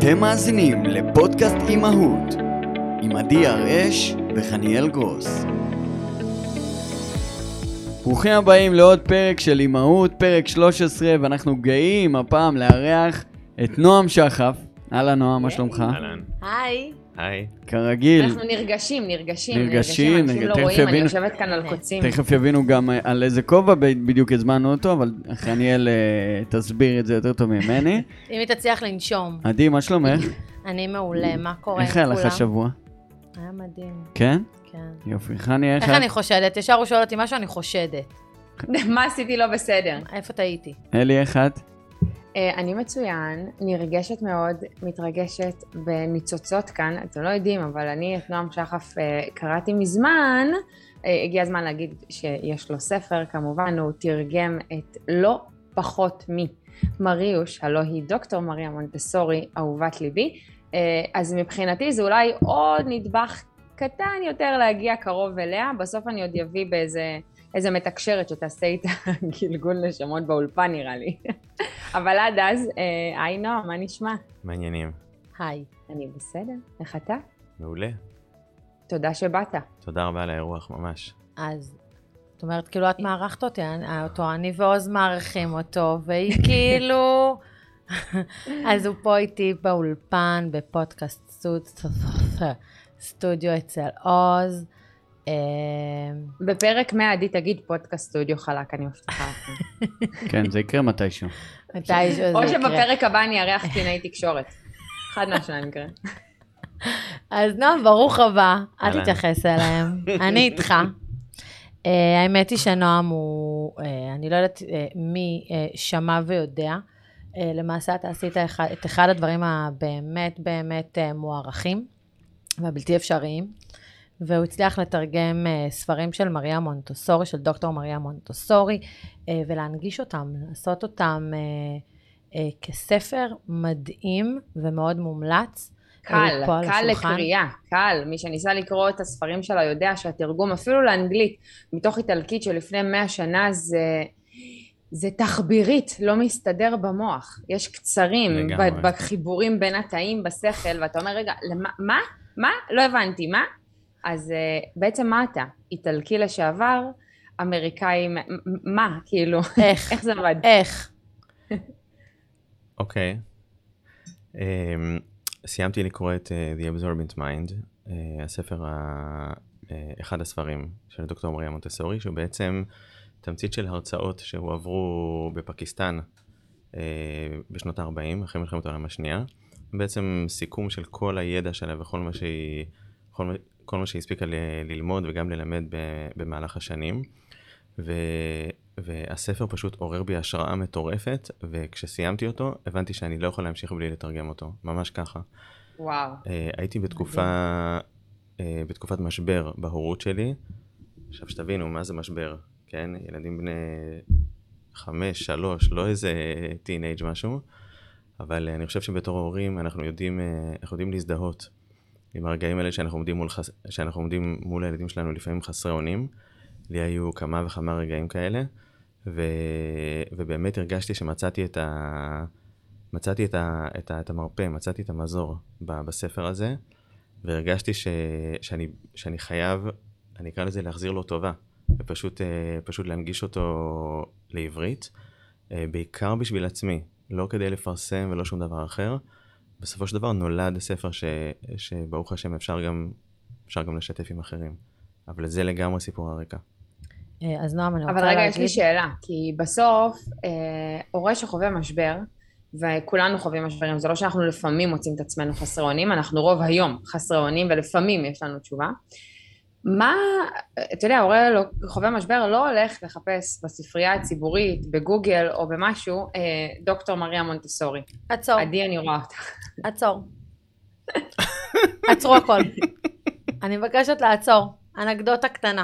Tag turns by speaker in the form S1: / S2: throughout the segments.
S1: אתם מאזינים לפודקאסט אימהות עם עדי הרש וחניאל גרוס. ברוכים הבאים לעוד פרק של אימהות, פרק 13, ואנחנו גאים הפעם לארח את נועם שחף. הלאה נועם, מה שלומך?
S2: אהלן.
S3: היי.
S2: היי.
S1: כרגיל.
S3: אנחנו נרגשים. אנשים לא רואים, אני יושבת כאן על קוצים.
S1: תכף יבינו גם על איזה כובע בדיוק הזמנו אותו, אבל חניאל תסביר את זה יותר טוב ממני.
S3: אם היא תצליח לנשום.
S1: עדי, מה שלומך?
S3: אני מעולה, מה קורה עם
S1: איך
S3: כולם?
S1: היה לך השבוע?
S3: היה מדהים.
S1: כן?
S3: כן.
S1: יופי, חני,
S3: איך אני חושדת? ישר הוא שואל אותי משהו, אני חושדת.
S4: מה עשיתי לא בסדר?
S3: איפה טעיתי?
S1: אלי, איך את?
S4: אני מצוין, נרגשת מאוד, מתרגשת בניצוצות כאן, אתם לא יודעים, אבל אני את נועם שחף קראתי מזמן, הגיע הזמן להגיד שיש לו ספר, כמובן הוא תרגם את לא פחות ממריוש, הלא היא דוקטור מריה מונטסורי, אהובת ליבי, אז מבחינתי זה אולי עוד נדבך קטן יותר להגיע קרוב אליה, בסוף אני עוד אביא איזה מתקשרת שתעשה איתה גלגול נשמות באולפן נראה לי. אבל עד אז, היי נועם, מה נשמע?
S2: מעניינים.
S3: היי.
S4: אני בסדר, איך אתה?
S2: מעולה.
S4: תודה שבאת.
S2: תודה רבה על האירוח, ממש.
S3: אז, זאת אומרת, כאילו את מערכת אותי, אני ועוז מערכים אותו, והיא כאילו... אז הוא פה איתי באולפן, בפודקאסט סטודיו אצל עוז.
S4: בפרק 100 עדי תגיד פודקאסט סטודיו חלק, אני מבטיחה.
S1: כן, זה יקרה מתישהו.
S4: או שבפרק הבא אני ארח קלינאי תקשורת. אחד מהשניים יקרה.
S3: אז נועם, ברוך הבא, אל תתייחס אליהם, אני איתך. האמת היא שנועם הוא, אני לא יודעת מי שמע ויודע, למעשה אתה עשית את אחד הדברים הבאמת באמת מוערכים והבלתי אפשריים, והוא הצליח לתרגם ספרים של מריה מונטסורי, של דוקטור מריה מונטסורי, ולהנגיש אותם, לעשות אותם כספר מדהים ומאוד מומלץ.
S4: קל לקריאה, קל. מי שניסה לקרוא את הספרים שלה יודע שהתרגום אפילו לאנגלית, מתוך איטלקית שלפני 100 שנה זה תחבירית, לא מסתדר במוח. יש קצרים בחיבורים בין התאים בשכל, ואתה אומר, רגע, מה? לא הבנתי, מה? אז בעצם מה אתה? איטלקי לשעבר, אמריקאי, מה? כאילו, איך זה עבד?
S3: איך?
S2: אוקיי. סיימתי לקרוא את The Absorbent Mind, הספר, אחד הספרים של דוקטור מריה מונטסורי, שהוא בעצם תמצית של הרצאות שהועברו בפקיסטן בשנות ה-40, אחרי מלחמת העולם השנייה. בעצם סיכום של כל הידע שלה וכל מה שהיא הספיקה ללמוד וגם ללמד במהלך השנים. והספר פשוט עורר בי השראה מטורפת, וכשסיימתי אותו, הבנתי שאני לא יכול להמשיך בלי לתרגם אותו. ממש ככה.
S4: וואו.
S2: הייתי בתקופת משבר בהורות שלי. עכשיו שתבינו מה זה משבר, כן? ילדים בני 5, 3, לא איזה טינאג' משהו. אבל אני חושב שבתור ההורים אנחנו יודעים להזדהות עם הרגעים האלה שאנחנו עומדים מול הילדים שלנו לפעמים חסרי אונים. לי היו כמה וכמה רגעים כאלה, ובאמת הרגשתי שמצאתי את המרפא, מצאתי את המזור בספר הזה, והרגשתי שאני חייב, אני אקרא לזה להחזיר לו טובה, ופשוט להנגיש אותו לעברית, בעיקר בשביל עצמי, לא כדי לפרסם ולא שום דבר אחר. בסופו של דבר נולד ספר שברוך השם אפשר גם לשתף עם אחרים. אבל זה לגמרי סיפור הרקע.
S3: אז נועם, אני רוצה
S4: אבל רגע, יש לי שאלה, כי בסוף, הורה שחווה משבר, וכולנו חווים משברים, זה לא שאנחנו לפעמים מוצאים את עצמנו חסרי אונים, אנחנו רוב היום חסרי אונים, ולפעמים יש לנו תשובה. מה, אתה יודע, הורה חווה משבר לא הולך לחפש בספרייה הציבורית, בגוגל או במשהו, דוקטור מריה מונטסורי.
S3: עצור.
S4: עדי, אני רואה אותך.
S3: עצור. עצרו הכל. אני מבקשת לעצור. אנקדוטה קטנה.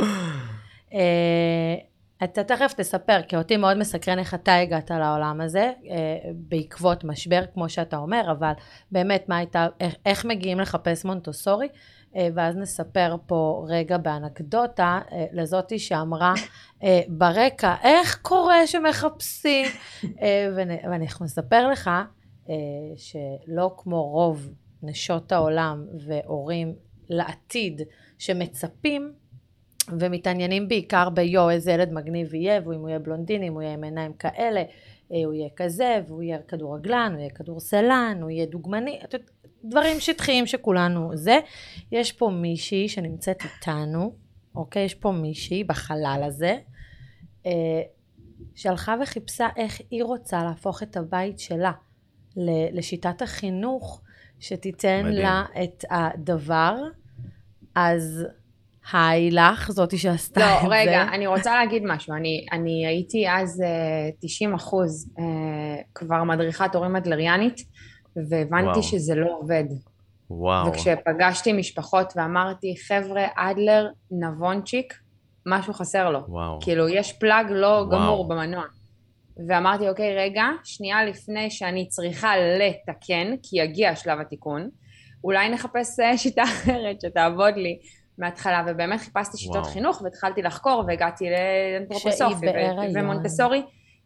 S3: אתה תכף תספר, כי אותי מאוד מסקרן איך אתה הגעת לעולם הזה, בעקבות משבר, כמו שאתה אומר, אבל באמת, איך מגיעים לחפש מונטסורי, ואז נספר פה רגע באנקדוטה, לזאתי שאמרה ברקע, איך קורה שמחפשים, ואנחנו נספר לך, שלא כמו רוב נשות העולם והורים לעתיד שמצפים ומתעניינים בעיקר ביו, איזה ילד מגניב יהיה, ואם הוא יהיה בלונדיני, אם הוא יהיה עם עיניים כאלה, הוא יהיה כזה, והוא יהיה כדורגלן, הוא יהיה כדורסלן, הוא יהיה דוגמני, דברים שטחיים שכולנו זה. יש פה מישהי שנמצאת איתנו, אוקיי? יש פה מישהי בחלל הזה, שהלכה וחיפשה איך היא רוצה להפוך את הבית שלה לשיטת החינוך שתיתן מדהים. לה את הדבר. אז היי לך, זאתי שעשתה את זה.
S4: לא, רגע, אני רוצה להגיד משהו. אני הייתי אז 90% כבר מדריכת הורים אדלריאנית, והבנתי שזה לא עובד.
S2: וואו.
S4: וכשפגשתי משפחות ואמרתי, חבר'ה, אדלר נבונצ'יק, משהו חסר לו.
S2: וואו.
S4: כאילו, יש פלאג לא גמור במנוע. ואמרתי, אוקיי, רגע, שנייה לפני שאני צריכה לתקן, כי יגיע שלב התיקון, אולי נחפש שיטה אחרת שתעבוד לי מההתחלה, ובאמת חיפשתי שיטות חינוך, והתחלתי לחקור, והגעתי לאנתרופוסופי ומונטסורי,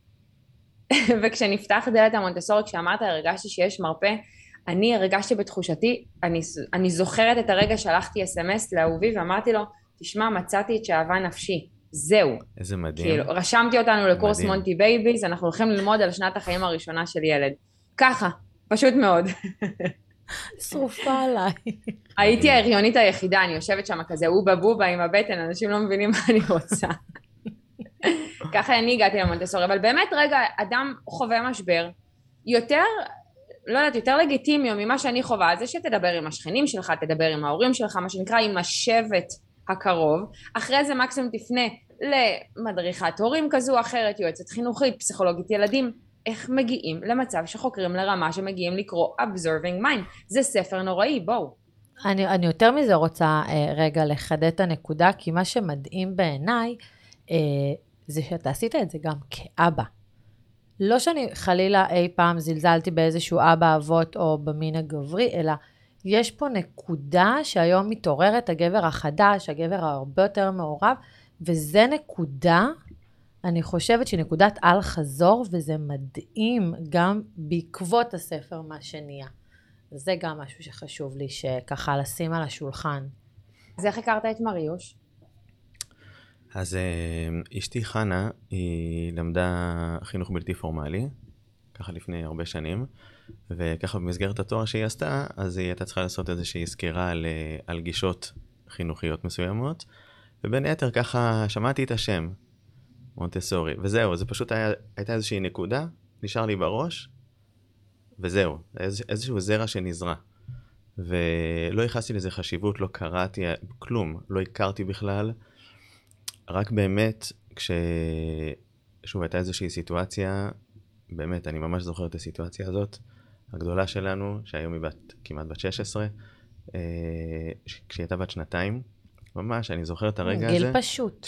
S4: וכשנפתח דלת המונטסורי, כשאמרת, הרגשתי שיש מרפא, אני הרגשתי בתחושתי, אני זוכרת את הרגע שהלכתי אס-אמס לאהובי, ואמרתי לו, תשמע, מצאתי את שאהבה נפשי, זהו.
S2: איזה מדהים.
S4: כאילו, רשמתי אותנו לקורס מונטי בייביז, אנחנו הולכים ללמוד על שנת החיים הראשונה של ילד. ככה, פשוט מאוד.
S3: שרופה עליי.
S4: הייתי ההריונית היחידה, אני יושבת שם כזה, אובה בובה עם הבטן, אנשים לא מבינים מה אני רוצה. ככה אני הגעתי למונטסורי, אבל באמת רגע, אדם חווה משבר, יותר, לא יודעת, יותר לגיטימי ממה שאני חווה, זה שתדבר עם השכנים שלך, תדבר עם ההורים שלך, מה שנקרא עם השבט הקרוב, אחרי זה מקסימום תפנה למדריכת הורים כזו או אחרת, יועצת חינוכית, פסיכולוגית ילדים, איך מגיעים למצב שחוקרים לרמה שמגיעים לקרוא Observing Mind, זה ספר נוראי, בואו.
S3: אני יותר מזה רוצה רגע לחדד את הנקודה, כי מה שמדהים בעיניי, זה שאתה עשית את זה גם כאבא. לא שאני חלילה אי פעם זלזלתי באיזשהו אבא אבות או במין הגברי, אלא יש פה נקודה שהיום מתעוררת הגבר החדש, הגבר הרבה יותר מעורב, וזה נקודה, אני חושבת שהיא נקודת על חזור, וזה מדהים גם בעקבות הספר מה שנהיה. זה גם משהו שחשוב לי שככה לשים על השולחן.
S4: אז איך הכרת את מריוש?
S2: אז אשתי חנה, היא למדה חינוך בלתי פורמלי, ככה לפני הרבה שנים, וככה במסגרת התואר שהיא עשתה, אז היא הייתה צריכה לעשות איזושהי סקירה על גישות חינוכיות מסוימות, ובין היתר ככה שמעתי את השם, מונטסורי, וזהו, זה פשוט הייתה איזושהי נקודה, נשאר לי בראש, וזהו, איזשהו זרע שנזרע. ולא ייחסתי לזה חשיבות, לא קראתי כלום, לא הכרתי בכלל, רק באמת שוב הייתה איזושהי סיטואציה, באמת אני ממש זוכר את הסיטואציה הזאת, הגדולה שלנו, שהיום היא כמעט בת 16, כשהיא הייתה בת 2, ממש אני זוכר את הרגע הזה.
S3: גיל פשוט.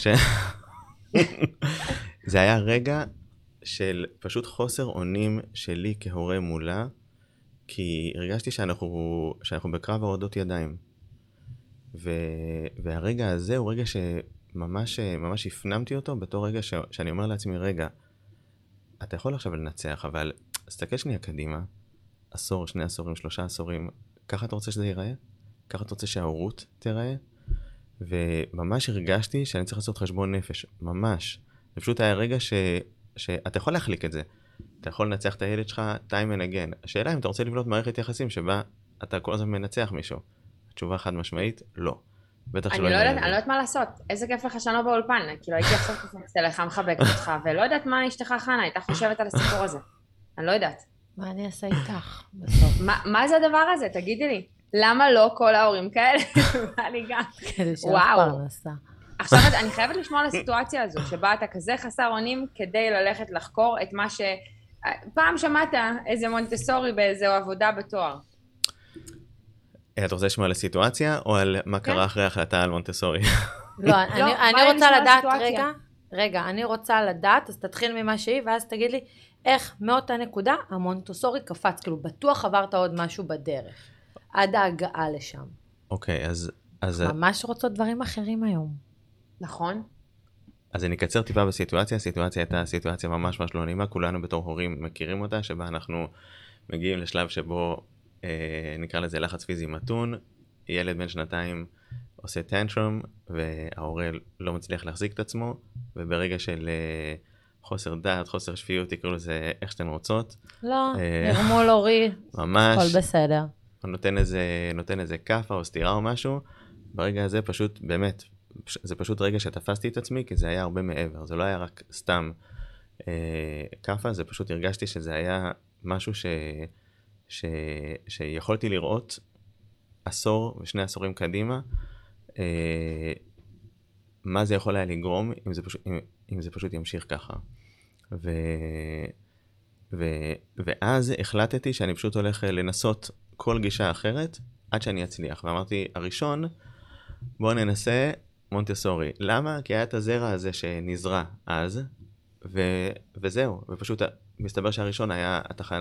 S2: זה היה רגע של פשוט חוסר אונים שלי כהורה מולה, כי הרגשתי שאנחנו בקרב הורדות ידיים. והרגע הזה הוא רגע שממש הפנמתי אותו בתור רגע שאני אומר לעצמי, רגע, אתה יכול עכשיו לנצח, אבל תסתכל שנייה קדימה, עשור, 2 עשורים, 3 עשורים, ככה אתה רוצה שזה ייראה? ככה אתה רוצה שההורות תיראה? וממש הרגשתי שאני צריך לעשות חשבון נפש, ממש. זה פשוט היה רגע שאתה יכול להחליק את זה. אתה יכול לנצח את הילד שלך time and again. השאלה אם אתה רוצה לבנות מערכת יחסים שבה אתה כל הזמן מנצח מישהו. התשובה חד משמעית, לא. בטח שלא.
S4: אני לא יודעת מה לעשות. איזה כיף לך שנה באולפן. כאילו הייתי עכשיו קופצת אליך, מחבקת אותך, ולא יודעת מה אשתך חנה, הייתה חושבת על הסיפור הזה. אני לא יודעת.
S3: מה אני אעשה איתך בסוף?
S4: מה זה הדבר הזה? תגידי לי. למה לא כל ההורים כאלה? בא לי גם. וואו. עכשיו אני חייבת לשמוע על הסיטואציה הזו, שבה אתה כזה חסר אונים כדי ללכת לחקור את מה פעם שמעת איזה מונטסורי באיזו עבודה בתואר.
S2: אתה רוצה לשמוע על הסיטואציה או על מה קרה אחרי ההחלטה על מונטסורי?
S3: לא, אני רוצה לדעת, רגע, אני רוצה לדעת, אז תתחיל ממה שהיא ואז תגיד לי איך מאותה נקודה המונטסורי קפץ, כאילו בטוח עברת עוד משהו בדרך, עד ההגעה לשם.
S2: אוקיי, אז
S3: ממש רוצות דברים אחרים היום.
S4: נכון.
S2: אז אני אקצר טיפה בסיטואציה, הסיטואציה הייתה סיטואציה ממש לא נעימה, כולנו בתור הורים מכירים אותה, שבה אנחנו מגיעים לשלב שבו, נקרא לזה לחץ פיזי מתון, ילד בן 2 עושה טנטרום, וההורה לא מצליח להחזיק את עצמו, וברגע של חוסר דעת, חוסר שפיות, תקראו לזה איך שאתן רוצות.
S3: לא, נרמול הורי,
S2: ממש.
S3: הכל בסדר.
S2: נותן איזה כפה או סתירה או משהו, ברגע הזה פשוט, באמת, זה פשוט רגע שתפסתי את עצמי, כי זה היה הרבה מעבר, זה לא היה רק סתם כפה, זה פשוט הרגשתי שזה היה משהו שיכולתי לראות עשור ושני עשורים קדימה, מה זה יכול היה לגרום אם זה פשוט ימשיך ככה. ואז החלטתי שאני פשוט הולך לנסות כל גישה אחרת, עד שאני אצליח. ואמרתי, הראשון, בואו ננסה מונטסורי. למה? כי היה את הזרע הזה שנזרע אז, וזהו. ופשוט מסתבר שהראשון היה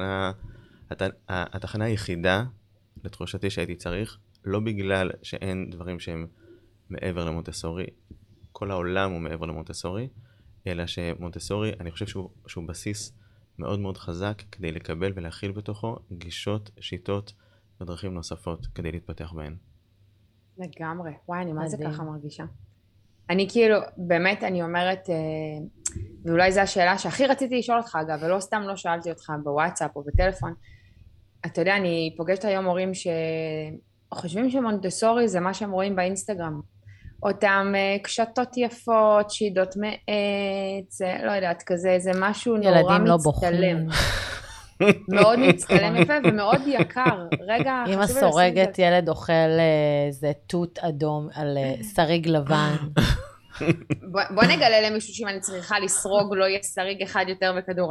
S2: התחנה היחידה, לתחושתי שהייתי צריך, לא בגלל שאין דברים שהם מעבר למונטסורי, כל העולם הוא מעבר למונטסורי, אלא שמונטסורי, אני חושב שהוא בסיס מאוד מאוד חזק כדי לקבל ולהכיל בתוכו גישות, שיטות ודרכים נוספות כדי להתפתח בהן.
S4: לגמרי. וואי, אני מה זה ככה מרגישה. אני כאילו, באמת אני אומרת, ואולי זו השאלה שהכי רציתי לשאול אותך אגב, ולא סתם לא שאלתי אותך בוואטסאפ או בטלפון. אתה יודע, אני פוגשת היום הורים שחושבים שמונטסורי זה מה שהם רואים באינסטגרם. אותם קשתות יפות, שידות מעץ, לא יודעת, כזה, זה משהו נורא מצטלם. מאוד מצטלם יפה ומאוד יקר. רגע,
S3: אמא סורגת ילד אוכל איזה תות אדום על שריג לבן.
S4: בוא נגלה למישהו שאם אני צריכה לסרוג לא יהיה שריג אחד יותר בכדור.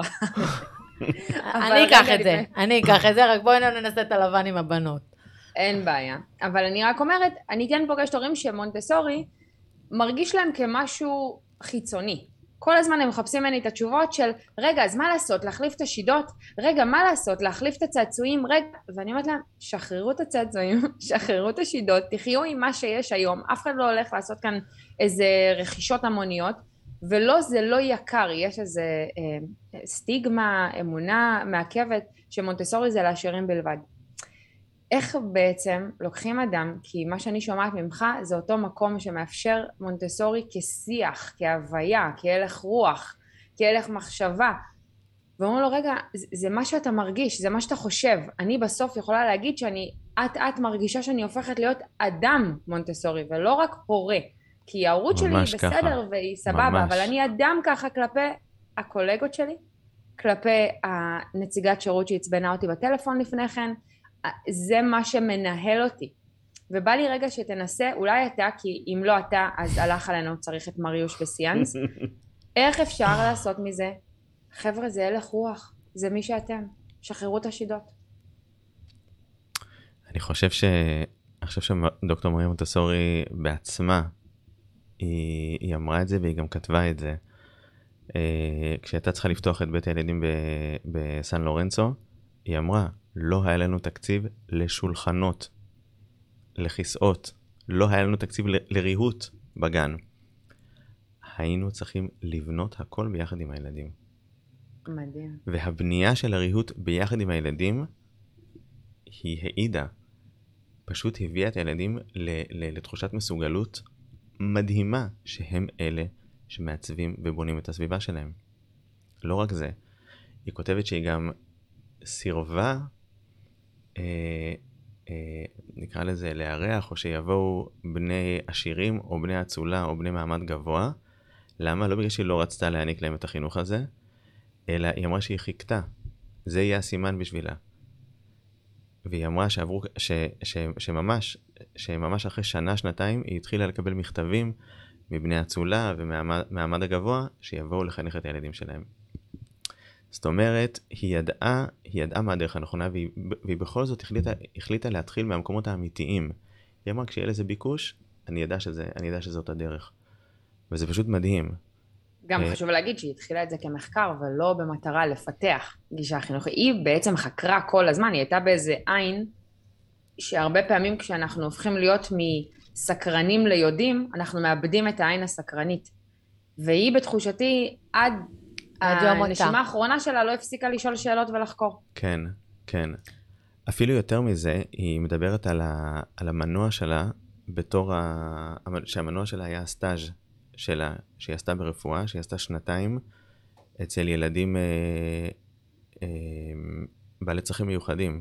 S3: אני אקח את זה, רק בואי ננסה את הלבן עם הבנות.
S4: אין בעיה, אבל אני רק אומרת, אני כן פוגשת הורים שמונטסורי מרגיש להם כמשהו חיצוני. כל הזמן הם מחפשים ממני את התשובות של, רגע, אז מה לעשות? להחליף את השידות? רגע, מה לעשות? להחליף את הצעצועים? רגע, ואני אומרת להם, שחררו את הצעצועים, שחררו את השידות, תחיו עם מה שיש היום, אף אחד לא הולך לעשות כאן איזה רכישות המוניות, ולא, זה לא יקר, יש איזה סטיגמה, אמונה מעכבת, שמונטסורי זה לעשירים בלבד. איך בעצם לוקחים אדם, כי מה שאני שומעת ממך זה אותו מקום שמאפשר מונטסורי כשיח, כהוויה, כהלך רוח, כהלך מחשבה, ואומרים לו רגע, זה מה שאתה מרגיש, זה מה שאתה חושב, אני בסוף יכולה להגיד שאני את מרגישה שאני הופכת להיות אדם מונטסורי ולא רק הורה, כי ההורות שלי היא בסדר ככה. והיא סבבה, ממש. אבל אני אדם ככה כלפי הקולגות שלי, כלפי הנציגת שירות שהצבנה אותי בטלפון לפני כן, זה מה שמנהל אותי. ובא לי רגע שתנסה, אולי אתה, כי אם לא אתה, אז הלך עלינו, צריך את מריוש וסיאנס. איך אפשר לעשות מזה? חבר'ה, זה הלך רוח, זה מי שאתם. שחררו את השידות.
S2: אני חושב שדוקטור מריה מונטסורי בעצמה, היא אמרה את זה והיא גם כתבה את זה. כשהייתה צריכה לפתוח את בית הילדים בסן לורנצו, היא אמרה, לא היה לנו תקציב לשולחנות, לכיסאות, לא היה לנו תקציב לריהוט בגן. היינו צריכים לבנות הכל ביחד עם הילדים.
S4: מדהים.
S2: והבנייה של הריהוט ביחד עם הילדים, היא העידה, פשוט הביאה את הילדים לתחושת מסוגלות מדהימה, שהם אלה שמעצבים ובונים את הסביבה שלהם. לא רק זה, היא כותבת שהיא גם סירבה, נקרא לזה לארח, או שיבואו בני עשירים, או בני אצולה, או בני מעמד גבוה. למה? לא בגלל שהיא לא רצתה להעניק להם את החינוך הזה, אלא היא אמרה שהיא חיכתה. זה יהיה הסימן בשבילה. והיא אמרה שממש אחרי שנה, שנתיים, היא התחילה לקבל מכתבים מבני אצולה ומעמד הגבוה, שיבואו לחנך את הילדים שלהם. זאת אומרת, היא ידעה מה הדרך הנכונה, והיא בכל זאת החליטה להתחיל מהמקומות האמיתיים. היא אמרה, כשיהיה לזה ביקוש, אני ידע שזאת הדרך. וזה פשוט מדהים.
S4: גם חשוב להגיד שהיא התחילה את זה כמחקר, ולא במטרה לפתח גישה חינוכית. היא בעצם חקרה כל הזמן, היא הייתה באיזה עין, שהרבה פעמים כשאנחנו הופכים להיות מסקרנים ליודעים, אנחנו מאבדים את העין הסקרנית. והיא בתחושתי, עד הנשימה האחרונה שלה לא הפסיקה לשאול שאלות ולחקור.
S2: כן, כן. אפילו יותר מזה, היא מדברת על המנוע שלה, שהמנוע שלה היה הסטאז' שלה, שהיא עשתה ברפואה, שהיא עשתה 2 אצל ילדים בעלי צרכים מיוחדים.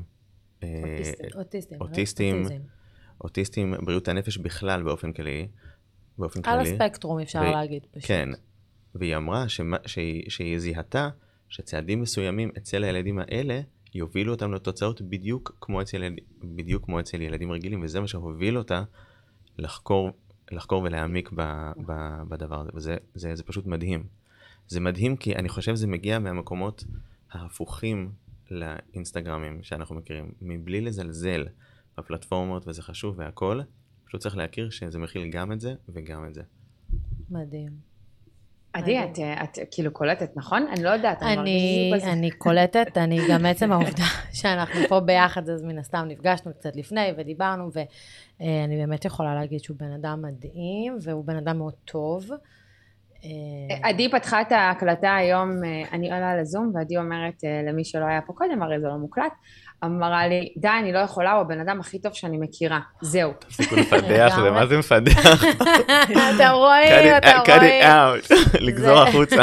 S2: אוטיסטים, בריאות הנפש בכלל באופן כללי.
S3: על הספקטרום אפשר להגיד פשוט.
S2: כן, והיא אמרה שהיא זיהתה שצעדים מסוימים אצל הילדים האלה, יובילו אותם לתוצאות בדיוק כמו אצל ילדים רגילים, וזה מה שהוביל אותה לחקור ולהעמיק בדבר הזה, וזה פשוט מדהים. זה מדהים כי אני חושב זה מגיע מהמקומות ההפוכים לאינסטגרמים שאנחנו מכירים, מבלי לזלזל בפלטפורמות, וזה חשוב והכל, פשוט צריך להכיר שזה מכיל גם את זה וגם את זה.
S3: מדהים.
S4: עדי, את כאילו קולטת, נכון? אני לא יודעת.
S3: אני קולטת, אני גם עצם העובדה שאנחנו פה ביחד, אז מן הסתם נפגשנו קצת לפני ודיברנו, ואני באמת יכולה להגיד שהוא בן אדם מדהים, והוא בן אדם מאוד טוב.
S4: עדי פתחה את ההקלטה היום, אני עולה לזום, ועדי אומרת למי שלא היה פה קודם, הרי זה לא מוקלט, אמרה לי, די, אני לא יכולה, הוא הבן אדם הכי טוב שאני מכירה, זהו.
S2: תפסיקו לפדח, זה מה זה מפדח?
S3: אתה רואים, אתה רואים.
S2: cut it out, לגזור החוצה.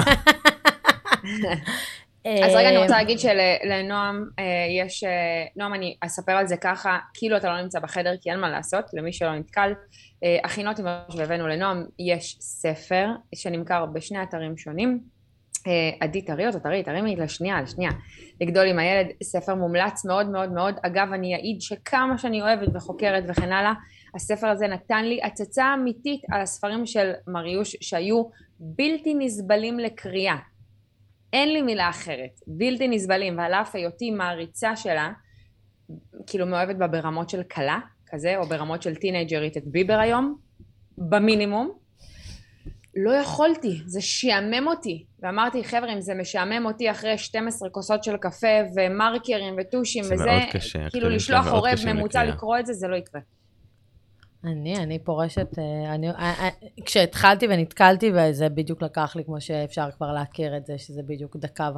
S4: אז רגע, אני רוצה להגיד שלנועם יש, נועם, אני אספר על זה ככה, כאילו אתה לא נמצא בחדר, כי אין מה לעשות, למי שלא נתקל, הכינות והבאנו לנועם, יש ספר שנמכר בשני אתרים שונים, עדי תראי תרימי לשנייה, לגדול עם הילד, ספר מומלץ מאוד מאוד מאוד, אגב אני אעיד שכמה שאני אוהבת וחוקרת וכן הלאה, הספר הזה נתן לי הצצה אמיתית על הספרים של מריוש שהיו בלתי נסבלים לקריאה, אין לי מילה אחרת, בלתי נסבלים, ועל אף היותי מעריצה שלה, כאילו מאוהבת בה ברמות של קלה כזה, או ברמות של טינג'רית את ביבר היום, במינימום, לא יכולתי, זה שיעמם אותי, ואמרתי חבר'ה אם זה משעמם אותי אחרי 12 כוסות של קפה ומרקרים וטושים וזה,
S2: קשה,
S4: כאילו לשלוח הורה ממוצע לקרוא את זה, זה לא יקרה.
S3: אני פורשת, כשהתחלתי ונתקלתי וזה בדיוק לקח לי כמו שאפשר כבר להכיר את זה, שזה בדיוק 1.5 דקות,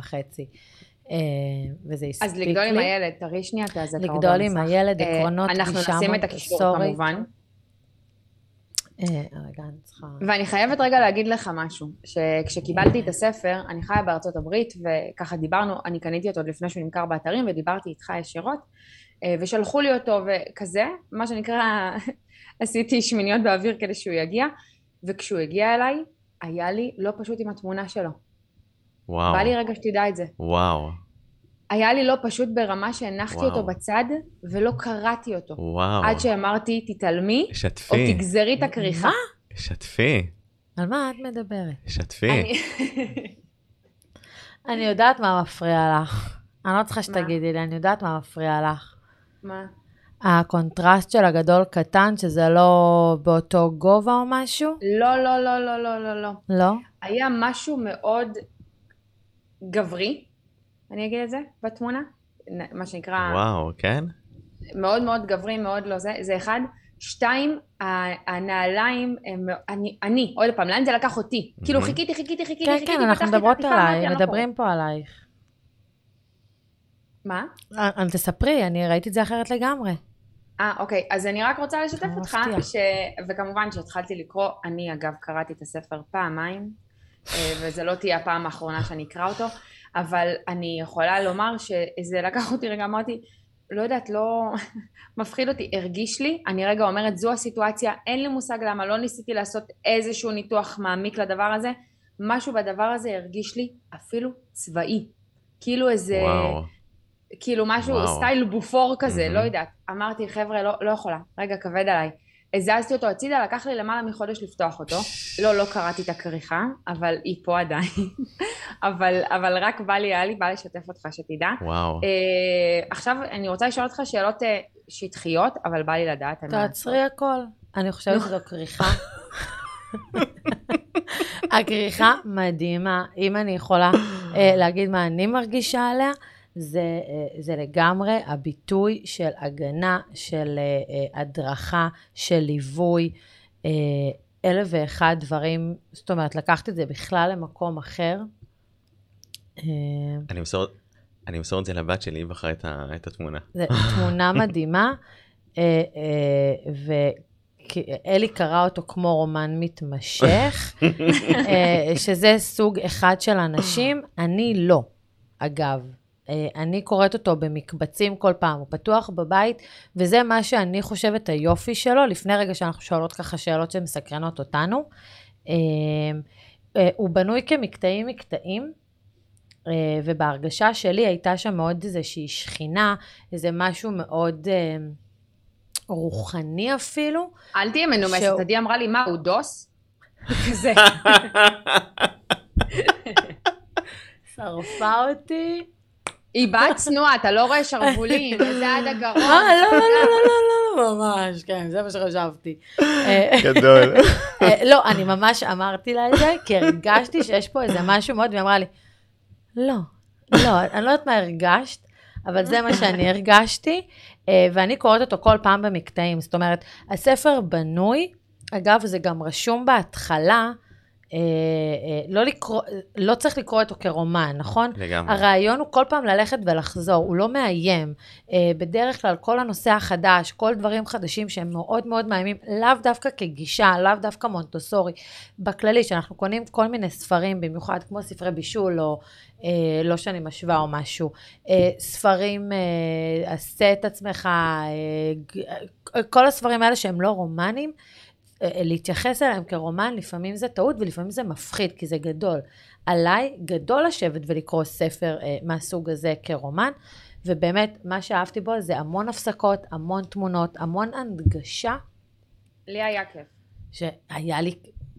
S3: וזה הספיק לי.
S4: אז לגדול עם הילד, תראי שנייה, אתה זה קרוב במסך.
S3: לגדול עם הילד, עקרונות
S4: אנחנו נשים את הקישור כמובן.
S3: רגע, אני צריכה...
S4: ואני חייבת רגע להגיד לך משהו, שכשקיבלתי את הספר, אני חיה בארצות הברית, וככה דיברנו, אני קניתי אותו עוד לפני שהוא נמכר באתרים, ודיברתי איתך ישירות, ושלחו לי אותו וכזה, מה שנקרא, עשיתי שמיניות באוויר כדי שהוא יגיע, וכשהוא הגיע אליי, היה לי לא פשוט עם התמונה שלו.
S2: וואו.
S4: בא לי רגע שתדע את זה.
S2: וואו.
S4: היה לי לא פשוט ברמה שהנחתי אותו בצד, ולא קראתי אותו.
S2: וואו.
S4: עד שאמרתי, תתעלמי,
S2: שתפי.
S4: או תגזרי את הכריכה.
S3: מה?
S2: שתפי.
S3: על מה את מדברת?
S2: שתפי.
S3: אני יודעת מה מפריע לך. אני לא צריכה שתגידי לי, אני יודעת מה מפריע לך.
S4: מה?
S3: הקונטרסט של הגדול קטן, שזה לא באותו גובה או משהו?
S4: לא, לא, לא, לא, לא, לא, לא.
S3: לא? היה
S4: משהו מאוד גברי, אני אגיד את זה, בתמונה, מה שנקרא...
S2: וואו, כן?
S4: מאוד מאוד גברי, מאוד לא זה, זה אחד. 2, הנעליים, אני, עוד פעם, לאן זה לקח אותי? כאילו חיכיתי,
S3: כן, כן, אנחנו מדברות עליי, מדברים פה עלייך.
S4: מה?
S3: אל תספרי, אני ראיתי את זה אחרת לגמרי.
S4: אוקיי, אז אני רק רוצה לשתף אותך, וכמובן שהתחלתי לקרוא, אני אגב קראתי את הספר פעמיים, וזה לא תהיה הפעם האחרונה שאני אקרא אותו, אבל אני יכולה לומר שזה לקח אותי רגע, אמרתי, לא יודעת, לא מפחיד אותי, הרגיש לי, אני רגע אומרת, זו הסיטואציה, אין לי מושג למה, לא ניסיתי לעשות איזשהו ניתוח מעמיק לדבר הזה, משהו בדבר הזה הרגיש לי אפילו צבאי, כאילו איזה... וואו. כאילו משהו, וואו. סטייל בופור כזה, לא יודעת. אמרתי, חבר'ה, לא יכולה, רגע, כבד עליי. הזזתי אותו הצידה, לקח לי למעלה מחודש לפתוח אותו. לא קראתי את הכריכה, אבל היא פה עדיין. אבל רק היה לי בא לשתף אותך שתדע.
S2: וואו.
S4: עכשיו אני רוצה לשאול אותך שאלות שטחיות, אבל בא לי לדעת.
S3: תעצרי הכל. אני חושבת שזו כריכה. הכריכה מדהימה. אם אני יכולה להגיד מה אני מרגישה עליה, זה לגמרי הביטוי של הגנה, של הדרכה, של ליווי, 1,001 דברים, זאת אומרת, לקחת את זה בכלל למקום אחר.
S2: אני מסור, אני אמסור את זה לבת שלי, היא בחרה את התמונה.
S3: זו תמונה מדהימה, ואלי קרא אותו כמו רומן מתמשך, שזה סוג אחד של אנשים, אני לא, אגב. אני קוראת אותו במקבצים כל פעם, הוא פתוח בבית, וזה מה שאני חושבת היופי שלו, לפני רגע שאנחנו שואלות ככה שאלות שמסקרנות אותנו. הוא בנוי כמקטעים, ובהרגשה שלי הייתה שם מאוד איזושהי שכינה, איזה משהו מאוד רוחני אפילו.
S4: אל תהיה מנומסת, עדי אמרה לי, מה, הוא דוס? כזה.
S3: שרפה אותי.
S4: היא בת צנועה, אתה לא רואה שרבולים, זה עד הגרון.
S3: לא, ממש, כן, זה מה שחשבתי.
S2: גדול.
S3: לא, אני ממש אמרתי לה את זה, כי הרגשתי שיש פה איזה משהו מאוד, והיא אמרה לי, לא, אני לא יודעת מה הרגשת, אבל זה מה שאני הרגשתי, ואני קוראת אותו כל פעם במקטעים, זאת אומרת, הספר בנוי, אגב, זה גם רשום בהתחלה, לא צריך לקרוא אותו כרומן, נכון?
S2: לגמרי.
S3: הרעיון הוא כל פעם ללכת ולחזור, הוא לא מאיים. בדרך כלל כל הנושא החדש, כל דברים חדשים שהם מאוד מאוד מאיימים, לאו דווקא כגישה, לאו דווקא מונטסורי. בכללי, שאנחנו קונים כל מיני ספרים, במיוחד כמו ספרי בישול, או לא שאני משווה או משהו, ספרים, עשה את עצמך, כל הספרים האלה שהם לא רומנים, להתייחס אליהם כרומן, לפעמים זה טעות ולפעמים זה מפחיד, כי זה גדול. עליי גדול לשבת ולקרוא ספר מהסוג הזה כרומן, ובאמת מה שאהבתי בו זה המון הפסקות, המון תמונות, המון הנגשה.
S4: לי היה כיף.
S3: שהיה לי...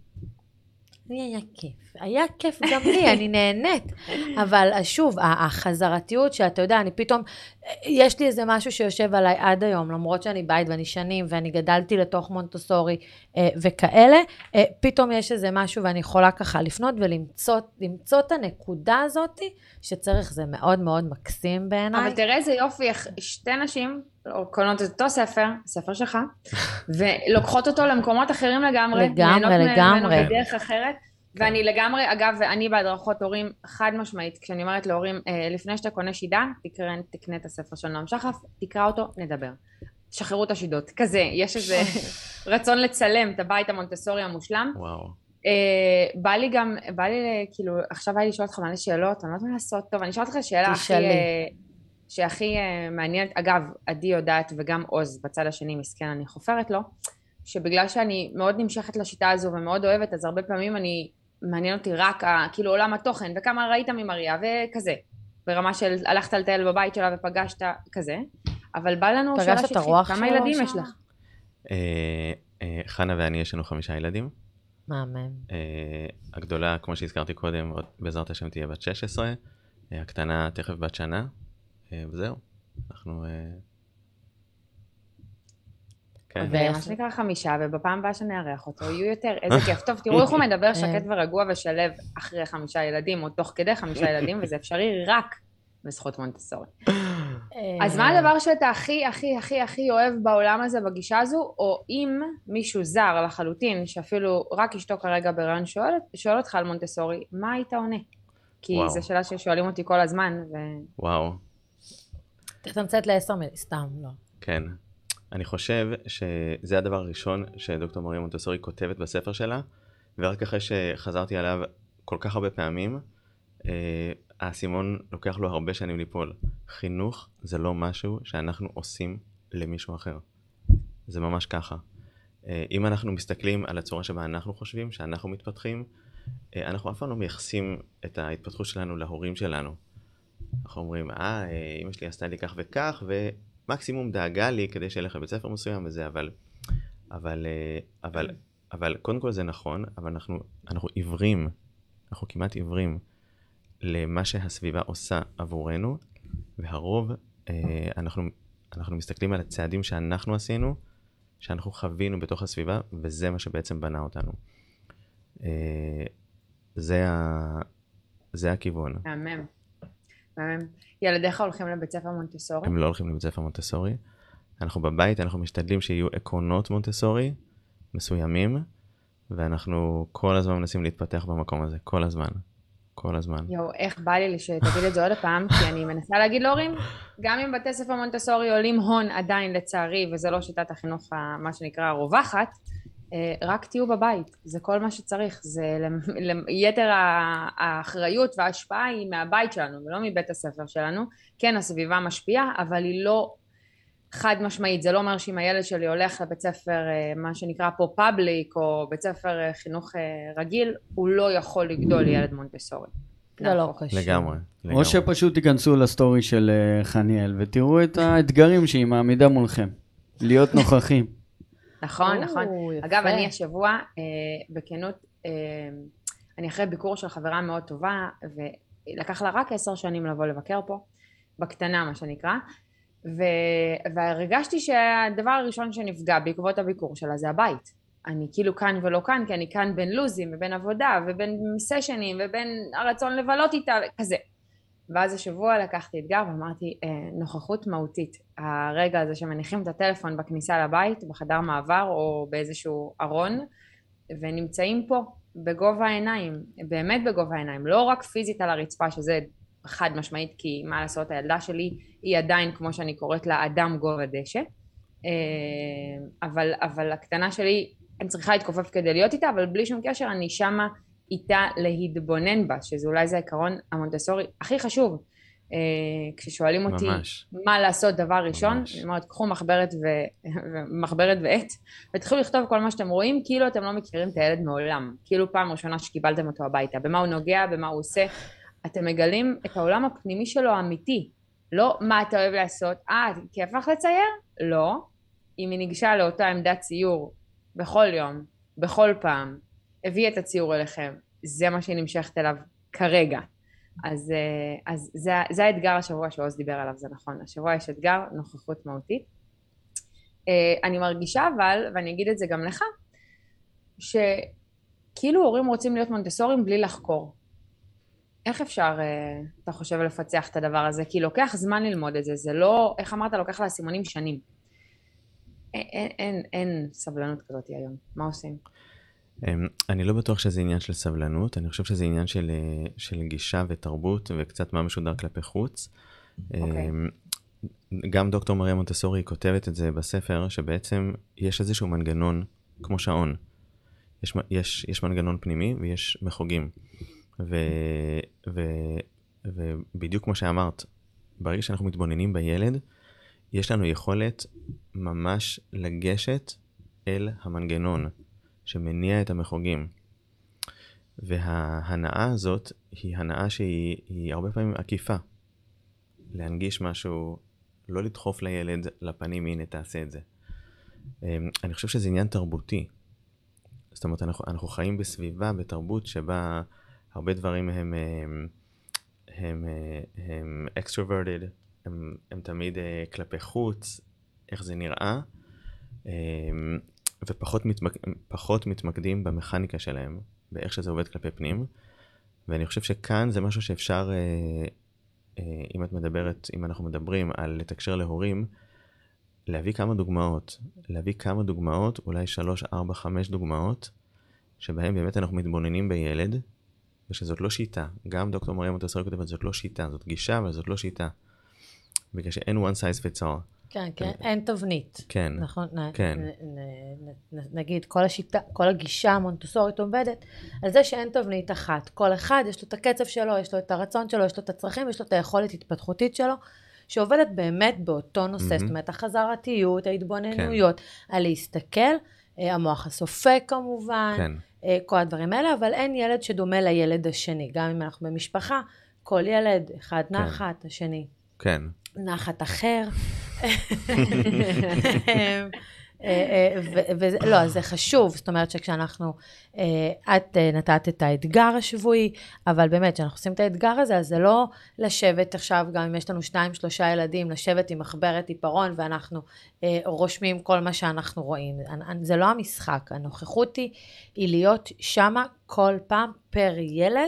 S3: היה כיף גם לי, אני נהנית, אבל שוב, החזרתיות שאתה יודע, אני פתאום, יש לי איזה משהו שיושב עליי עד היום, למרות שאני בית ואני שנים, ואני גדלתי לתוך מונטסורי וכאלה, פתאום יש איזה משהו ואני יכולה ככה לפנות ולמצוא את הנקודה הזאת שצריך, זה מאוד מאוד מקסים בעיניי.
S4: אבל תראה איזה יופי, שתי נשים קונות את אותו ספר שלך, ולוקחות אותו למקומות אחרים לגמרי,
S3: לגמרי.
S4: בדרך אחרת, ואני לגמרי, אגב, ואני בהדרכות הורים חד משמעית, כשאני אומרת להורים, לפני שאתה קונה שידה, תקנה את הספר של נועם שחף, תקרא אותו, נדבר. שחררו את השידות, כזה, יש איזה רצון לצלם את הבית המונטסורי המושלם.
S2: וואו.
S4: בא לי כאילו, עכשיו היה לי לשאול אותך מלא שאלות, אני לא יודעת מה לעשות טוב, אני אשאל אותך שאלה שהכי מעניינת, אגב, עדי יודעת וגם עוז בצד השני מסכן, אני חופרת לו, שבגלל שאני מאוד נמשכת לשיטה הזו ומאוד אוהבת, אז הרבה פעמים מעניין אותי רק כאילו עולם התוכן, וכמה ראית ממריה וכזה, ברמה של הלכת לטייל בבית שלה ופגשת כזה, אבל בא לנו שאלה שתחית, כמה ילדים יש לך?
S2: חנה ואני יש לנו 5 ילדים.
S3: מאמן.
S2: הגדולה, כמו שהזכרתי קודם, בעזרת השם תהיה בת 16, הקטנה תכף בת שנה, וזהו, אנחנו...
S4: ומה שנקרא 5, ובפעם הבאה שנארח אותו, יהיו יותר, איזה כיף. טוב, תראו איך הוא מדבר שקט ורגוע ושלב אחרי 5 ילדים, או תוך כדי 5 ילדים, וזה אפשרי רק בזכות מונטסורי. אז מה הדבר שאתה הכי, הכי, הכי, הכי אוהב בעולם הזה, בגישה הזו, או אם מישהו זר לחלוטין, שאפילו רק אשתו כרגע ברעיון שואל אותך על מונטסורי, מה היית עונה? כי זו שאלה ששואלים אותי כל הזמן,
S2: וואו.
S3: תתמצת ל10 מילים, סתם, לא.
S2: כן. אני חושב שזה הדבר הראשון שדוקטור מריה מונטסורי כותבת בספר שלה, ורק אחרי שחזרתי עליו כל כך הרבה פעמים, האסימון לוקח לו הרבה שנים ליפול. חינוך זה לא משהו שאנחנו עושים למישהו אחר. זה ממש ככה. אם אנחנו מסתכלים על הצורה שבה אנחנו חושבים, שאנחנו מתפתחים, אנחנו אף פעם לא מייחסים את ההתפתחות שלנו להורים שלנו. אנחנו אומרים, אמא שלי עשתה לי כך וכך, מקסימום דאגה לי כדי שילך לבית ספר מסוים וזה, אבל קודם כל זה נכון, אבל אנחנו עיוורים, אנחנו כמעט עיוורים למה שהסביבה עושה עבורנו, והרוב אנחנו מסתכלים על הצעדים שאנחנו עשינו, שאנחנו חווינו בתוך הסביבה, וזה מה שבעצם בנה אותנו. זה הכיוון.
S4: מהמם. ילדיך הולכים לבית ספר מונטסורי?
S2: הם לא הולכים לבית ספר מונטסורי. אנחנו בבית, אנחנו משתדלים שיהיו עקרונות מונטסורי מסוימים, ואנחנו כל הזמן מנסים להתפתח במקום הזה, כל הזמן. כל הזמן.
S4: יו, איך בא לי שתגיד את זה עוד הפעם, כי אני מנסה להגיד להורים, גם אם בתי ספר מונטסורי עולים הון עדיין לצערי, וזה לא שיטת החינוך מה שנקרא הרווחת, רק תהיו בבית, זה כל מה שצריך, זה יתר האחריות וההשפעה היא מהבית שלנו, ולא מבית הספר שלנו, כן הסביבה משפיעה, אבל היא לא חד משמעית, זה לא אומר שאם הילד שלי הולך לבית ספר, מה שנקרא פה פאבליק, או בית ספר חינוך רגיל, הוא לא יכול לגדול ילד מונטסורי.
S3: זה לא קשור.
S2: לגמרי.
S1: או שפשוט תיכנסו לסטורי של חניאל, ותראו את האתגרים שהיא מעמידה מולכם. להיות נוכחים.
S4: נכון, נכון. אגב, אני השבוע, בכנות, אני אחרי ביקור של חברה מאוד טובה, ולקח לה רק 10 שנים לבוא לבקר פה, בקטנה מה שנקרא, והרגשתי שהדבר הראשון שנפגע בעקבות הביקור שלה זה הבית. אני כאילו כאן ולא כאן, כי אני כאן בין לוזים ובין עבודה ובין סשנים ובין הרצון לבלות איתה כזה. ואז השבוע לקחתי אתגר ואמרתי נוכחות מהותית. הרגע הזה שמניחים את הטלפון בכניסה לבית, בחדר מעבר או באיזשהו ארון, ונמצאים פה בגובה העיניים, באמת בגובה העיניים, לא רק פיזית על הרצפה שזה חד משמעית, כי מה לעשות, הילדה שלי היא עדיין, כמו שאני קוראת לה, אדם גובה דשא, אבל הקטנה שלי, אני צריכה להתכופף כדי להיות איתה, אבל בלי שום קשר, אני שמה איתה להתבונן בה, שזה אולי זה העיקרון המונטסורי הכי חשוב, כששואלים אותי
S2: ממש.
S4: מה לעשות דבר ראשון,
S2: ממש.
S4: אני אומרת, קחו מחברת ועט, ותתחילו לכתוב כל מה שאתם רואים, כאילו אתם לא מכירים את הילד מעולם, כאילו פעם ראשונה שקיבלתם אותו הביתה, במה הוא נוגע, במה הוא עושה, אתם מגלים את העולם הפנימי שלו האמיתי, לא מה אתה אוהב לעשות, כיף לך לצייר? לא. אם היא ניגשה לאותה עמדת ציור בכל יום, בכל פעם, הביא את הציור אליכם, זה מה שהיא נמשכת אליו כרגע. אז זה האתגר השבוע שעוז דיבר עליו, זה נכון. השבוע יש אתגר נוכחות מהותית. אני מרגישה אבל, ואני אגיד את זה גם לך, שכאילו הורים רוצים להיות מונטסורים בלי לחקור. איך אפשר, אתה חושב, לפצח את הדבר הזה? כי לוקח זמן ללמוד את זה, זה לא, איך אמרת, לוקח לה סימונים שנים. אין סבלנות כזאת היום, מה עושים?
S2: אני לא בטוח שזה עניין של סבלנות, אני חושב שזה עניין של גישה ותרבות וקצת מה משודר כלפי חוץ. גם דוקטור מריה מונטסורי כותבת את זה בספר, שבעצם יש איזשהו מנגנון כמו שעון. יש מנגנון פנימי ויש מחוגים. ובדיוק כמו שאמרת, ברגע שאנחנו מתבוננים בילד, יש לנו יכולת ממש לגשת אל המנגנון שמניע את המחוגים. וההנאה הזאת היא הנאה שהיא הרבה פעמים עקיפה. להנגיש משהו, לא לדחוף לילד לפנים, הנה תעשה את זה. אני חושב שזה עניין תרבותי. זאת אומרת, אנחנו חיים בסביבה, בתרבות שבה הרבה דברים הם extroverted, הם תמיד כלפי חוץ, איך זה נראה, ופחות מתמקדים במכניקה שלהם, באיך שזה עובד כלפי פנים. ואני חושב שכאן זה משהו שאפשר, אם אנחנו מדברים על לתקשר להורים, להביא כמה דוגמאות, אולי 3, 4, 5 דוגמאות, שבהם באמת אנחנו מתבוננים בילד, ושזאת לא שיטה. גם דוקטור מריה מונטסורי כותבת, זאת לא שיטה, זאת גישה, אבל זאת לא שיטה. בגלל שאין one size fits all.
S3: כן, כן, אין תבנית.
S2: כן,
S3: נכון?
S2: כן.
S3: נגיד, כל השיטה, כל הגישה המונטסורית עומדת על זה שאין תבנית אחת. כל אחד יש לו את הקצב שלו, יש לו את הרצון שלו, יש לו את הצרכים, יש לו את היכולת התפתחותית שלו, שעובדת באמת באותו נושא, זאת אומרת, החזרתיות, ההתבוננויות, על להסתכל, המוח הסופק כמובן, כל הדברים האלה, אבל אין ילד שדומה לילד השני. גם אם אנחנו במשפחה, כל ילד, אחד נחת, השני.
S2: כן.
S3: נחת אחר. לא, זה חשוב, זאת אומרת שכשאנחנו, את נתת את האתגר השבועי, אבל באמת, כשאנחנו עושים את האתגר הזה, אז זה לא לשבת עכשיו, גם אם יש לנו 2-3 ילדים, לשבת עם מחברת עיפרון, ואנחנו רושמים כל מה שאנחנו רואים. זה לא המשחק, הנוכחות היא להיות שמה כל פעם פר ילד,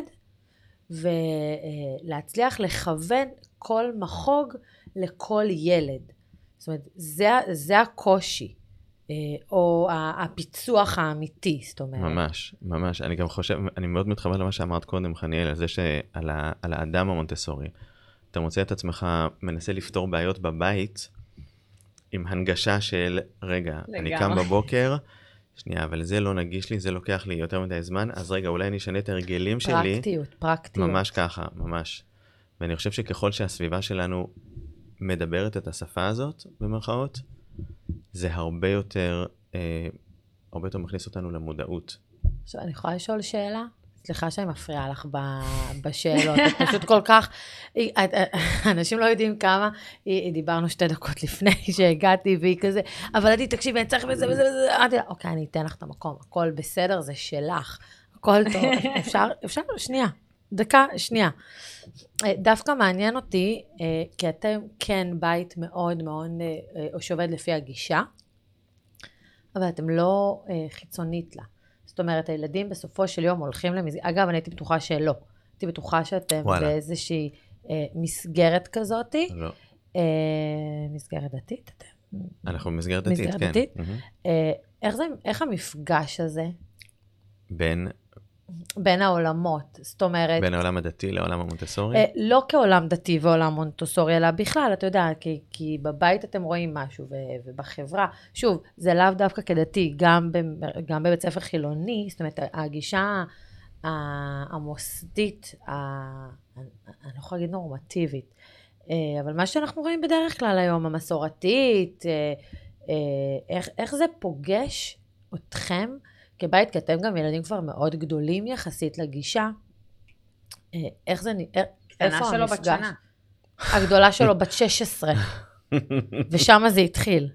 S3: ולהצליח לכוון כל מחוג לכל ילד. זאת אומרת, זה הקושי. או הפיצוח האמיתי, זאת אומרת.
S2: ממש, ממש. אני גם חושב, אני מאוד מתחבר למה שאמרת קודם, חניאל, על זה שעל האדם המונטסורי. אתה מוצא את עצמך, מנסה לפתור בעיות בבית, עם הנגשה של, רגע, אני קם בבוקר, שנייה, אבל זה לא נגיש לי, זה לוקח לי יותר מדי זמן, אז רגע, אולי אני אשנה את הרגלים שלי.
S3: פרקטיות.
S2: ממש ככה, ממש. ואני חושב שככל שהסביבה שלנו מדברת את השפה הזאת, במרכאות, זה הרבה יותר מכניס אותנו למודעות.
S3: עכשיו, אני יכולה לשאול שאלה? סליחה שאני מפריעה לך בשאלות, את פשוט כל כך, אנשים לא יודעים כמה, דיברנו 2 דקות לפני שהגעתי, והיא כזה, אבל עדי, תקשיבי, אני צריך בזה וזה וזה, אמרתי לה, אוקיי, אני אתן לך את המקום, הכל בסדר, זה שלך, הכל טוב, אפשר, שנייה, דקה, שנייה. דווקא מעניין אותי, כי אתם כן בית מאוד מאוד, או שעובד לפי הגישה, אבל אתם לא חיצונית לה. זאת אומרת, הילדים בסופו של יום הולכים למסגרת, אגב, אני הייתי בטוחה שלא. הייתי בטוחה שאתם באיזושהי מסגרת כזאת.
S2: לא.
S3: מסגרת דתית?
S2: אנחנו במסגרת דתית, כן.
S3: מסגרת דתית? איך המפגש הזה? בין העולמות, זאת אומרת...
S2: בין העולם הדתי לעולם המונטסורי?
S3: לא כעולם דתי ועולם מונטסורי, אלא בכלל, אתה יודע, כי בבית אתם רואים משהו, ובחברה, שוב, זה לאו דווקא כדתי, גם בבית ספר חילוני, זאת אומרת, הגישה המוסדית, אני לא יכולה להגיד נורמטיבית, אבל מה שאנחנו רואים בדרך כלל היום, המסורתית, איך זה פוגש אתכם, כבית, כי אתם גם ילדים כבר מאוד גדולים יחסית לגישה, איך זה, איפה המפגש? הגדולה שלו בת 16, ושם זה התחיל.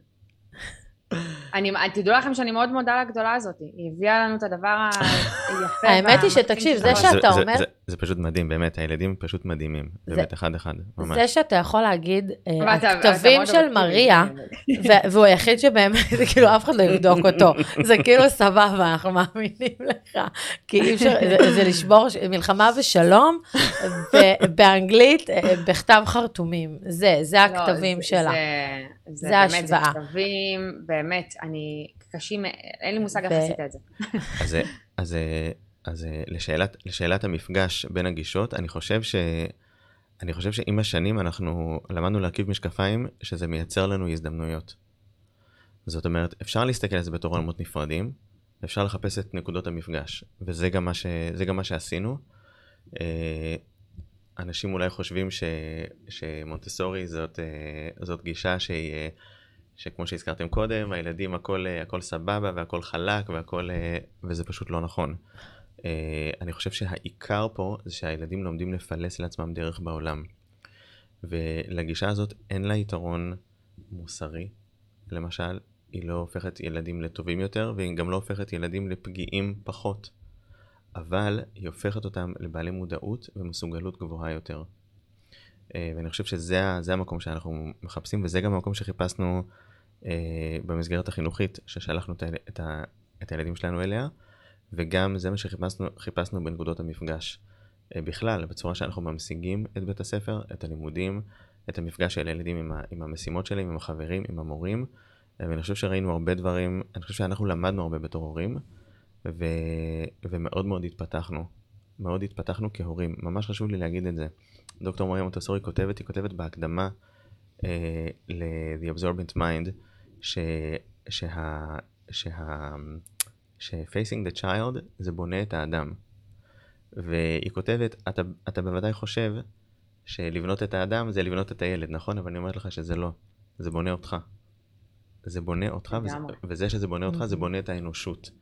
S4: תדעו לכם שאני מאוד מודה לגדולה הזאת, היא הביאה לנו את הדבר היפה.
S3: האמת היא שתקשיב, זה שאתה אומר...
S2: זה פשוט מדהים, באמת, הילדים פשוט מדהימים, באמת אחד, ממש.
S3: זה שאתה יכול להגיד, הכתבים של מריה, והוא היחיד שבאמת, זה כאילו אף אחד לא יבדוק אותו, זה כאילו סבבה, אנחנו מאמינים לך, כי אי אפשר, זה לשבור מלחמה ושלום, באנגלית, בכתב חרטומים, זה הכתבים שלה.
S4: זה באמת, זה כתבים, באמת, קשים, אין לי מושג איך עשית את זה.
S2: אז לשאלת המפגש בין הגישות, אני חושב שעם השנים אנחנו למדנו להרכיב משקפיים, שזה מייצר לנו הזדמנויות. זאת אומרת, אפשר להסתכל על זה בתור עולמות נפרדים, אפשר לחפש את נקודות המפגש, וזה גם מה שעשינו. אנשים אולי חושבים שמונטסורי זאת גישה שכמו שהזכרתם קודם, הילדים הכל סבבה והכל חלק וזה פשוט לא נכון. אני חושב שהעיקר פה זה שהילדים לומדים לפלס לעצמם דרך בעולם. ולגישה הזאת אין לה יתרון מוסרי. למשל, היא לא הופכת ילדים לטובים יותר, והיא גם לא הופכת ילדים לפגיעים פחות. אבל היא הופכת אותם לבעלי מודעות ומסוגלות גבוהה יותר. ואני חושב שזה המקום שאנחנו מחפשים, וזה גם המקום שחיפשנו במסגרת החינוכית, ששלחנו את הילדים שלנו אליה, וגם זה מה שחיפשנו בנקודות המפגש. בכלל, בצורה שאנחנו ממשיגים את בית הספר, את הלימודים, את המפגש של הילדים עם המשימות שלהם, עם החברים, עם המורים, ואני חושב שראינו הרבה דברים, אני חושב שאנחנו למדנו הרבה בתור הורים, ומאוד מאוד התפתחנו כהורים. ממש חשוב לי להגיד את זה. דוקטור מריה מונטסורי היא כותבת בהקדמה ל-The Absorbent Mind, ש-Facing the Child זה בונה את האדם. והיא כותבת, אתה בוודאי חושב שלבנות את האדם זה לבנות את הילד, נכון? אבל אני אומרת לך שזה לא. זה בונה אותך. זה בונה אותך, וזה שזה בונה אותך זה בונה את האנושות.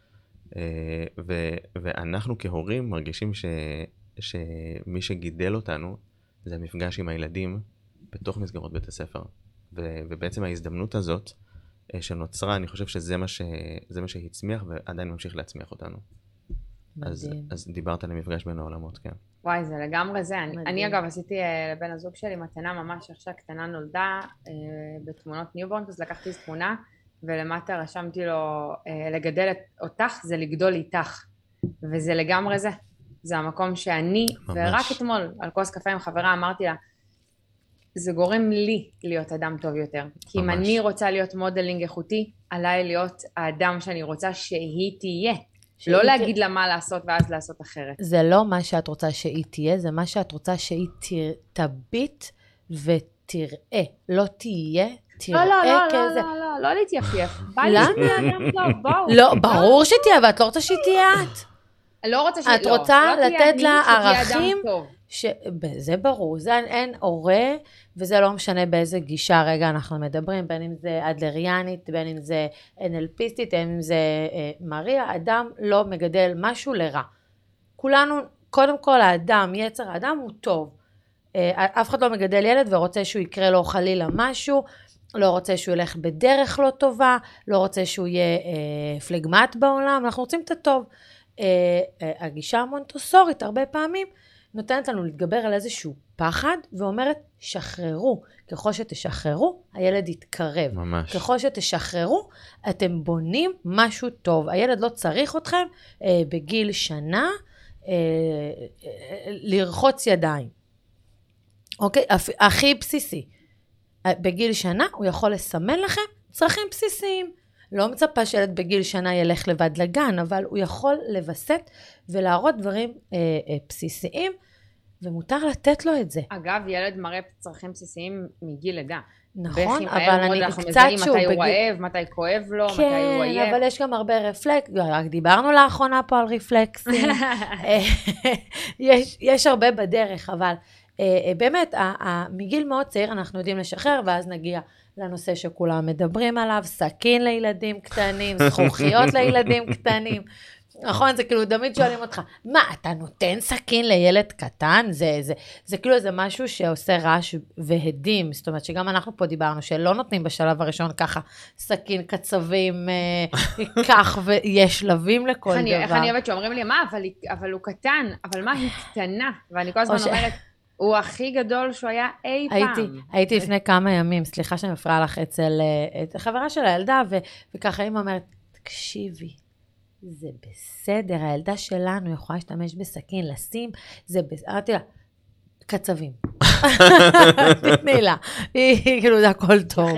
S2: ואנחנו כהורים מרגישים שמי שגידל אותנו זה המפגש עם הילדים בתוך מסגרות בית הספר. ובעצם ההזדמנות הזאת שנוצרה, אני חושב שזה מה שהצמיח ועדיין ממשיך להצמיח אותנו. אז דיברת על המפגש בין העולמות, כן.
S4: וואי, זה לגמרי זה. אני אגב עשיתי לבן הזוג שלי מתנה ממש איך שהקטנה נולדה בתמונות ניובורן, אז לקחתי תמונה ולמטה רשמתי לו לגדל אותך זה לגדול איתך, וזה לגמרי זה. זה המקום שאני, ממש. ורק אתמול על כוס קפה עם חברה אמרתי לה, זה גורם לי להיות אדם טוב יותר. כי אם אני רוצה להיות מודלינג איכותי, עליי להיות האדם שאני רוצה שהיא תהיה. לא להגיד לה מה לעשות ואז לעשות אחרת.
S3: זה לא מה שאת רוצה שהיא תהיה, זה מה שאת רוצה שהיא תביט ותראה. לא תהיה, תראה כזה.
S4: לא להתייפייף. בא לי שתהיה אדם טוב, בואו.
S3: לא, ברור שתהיה, ואת לא רוצה שהיא תהיה את.
S4: לא רוצה שהיא,
S3: את רוצה לתת לה ערכים,
S4: טוב.
S3: זה ברור, זה אין הורה, וזה לא משנה באיזה גישה רגע אנחנו מדברים, בין אם זה אדלריאנית, בין אם זה NLPיסטית, בין אם זה מריה, אדם לא מגדל משהו לרע. כולנו, קודם כל האדם, יצר האדם הוא טוב. אף אחד לא מגדל ילד ורוצה שהוא יקרה לו חלילה משהו, לא רוצה שהוא ילך בדרך לא טובה, לא רוצה שהוא יהיה פלגמט בעולם, אנחנו רוצים את הטוב. הגישה המונטוסורית הרבה פעמים נותנת לנו להתגבר על איזשהו פחד ואומרת שחררו, ככל שתשחררו הילד יתקרב,
S2: ממש.
S3: ככל שתשחררו אתם בונים משהו טוב, הילד לא צריך אתכם בגיל שנה לרחוץ ידיים, אוקיי? הכי בסיסי, בגיל שנה הוא יכול לסמן לכם צרכים בסיסיים, לא מצפה שילד בגיל שנה ילך לבד לגן, אבל הוא יכול לבסט ולהראות דברים בסיסיים, ומותר לתת לו את זה.
S4: אגב, ילד מראה צרכים בסיסיים מגיל לידה.
S3: נכון, אבל אני קצת שהוא
S4: מתי הוא רעב, מתי כואב לו, מתי הוא עייף.
S3: כן, אבל יש גם הרבה רפלקס, רק דיברנו לאחרונה פה על רפלקסים. יש הרבה בדרך, אבל באמת, מגיל מאוד צעיר אנחנו יודעים לשחרר, ואז נגיע לנושא שכולם מדברים עליו, סכין לילדים קטנים, זכוכיות לילדים קטנים. נכון, זה כאילו תמיד שואלים אותך, מה, אתה נותן סכין לילד קטן? זה כאילו זה משהו שעושה רעש והדים, זאת אומרת שגם אנחנו פה דיברנו, שלא נותנים בשלב הראשון ככה סכין קצבים, כך ויש שלבים לכל דבר.
S4: איך אני אוהבת שאומרים לי, מה, אבל הוא קטן, אבל מה, היא קטנה? ואני כל הזמן אומרת, הוא הכי גדול שהוא היה אי פעם.
S3: הייתי לפני כמה ימים, סליחה שאני מפריעה לך אצל חברה של הילדה, וככה היא אומרת, תקשיבי, זה בסדר, הילדה שלנו יכולה להשתמש בסכין, לשים, זה בסדר, אמרתי לה, קצבים. תתני לה, כאילו זה הכל טוב.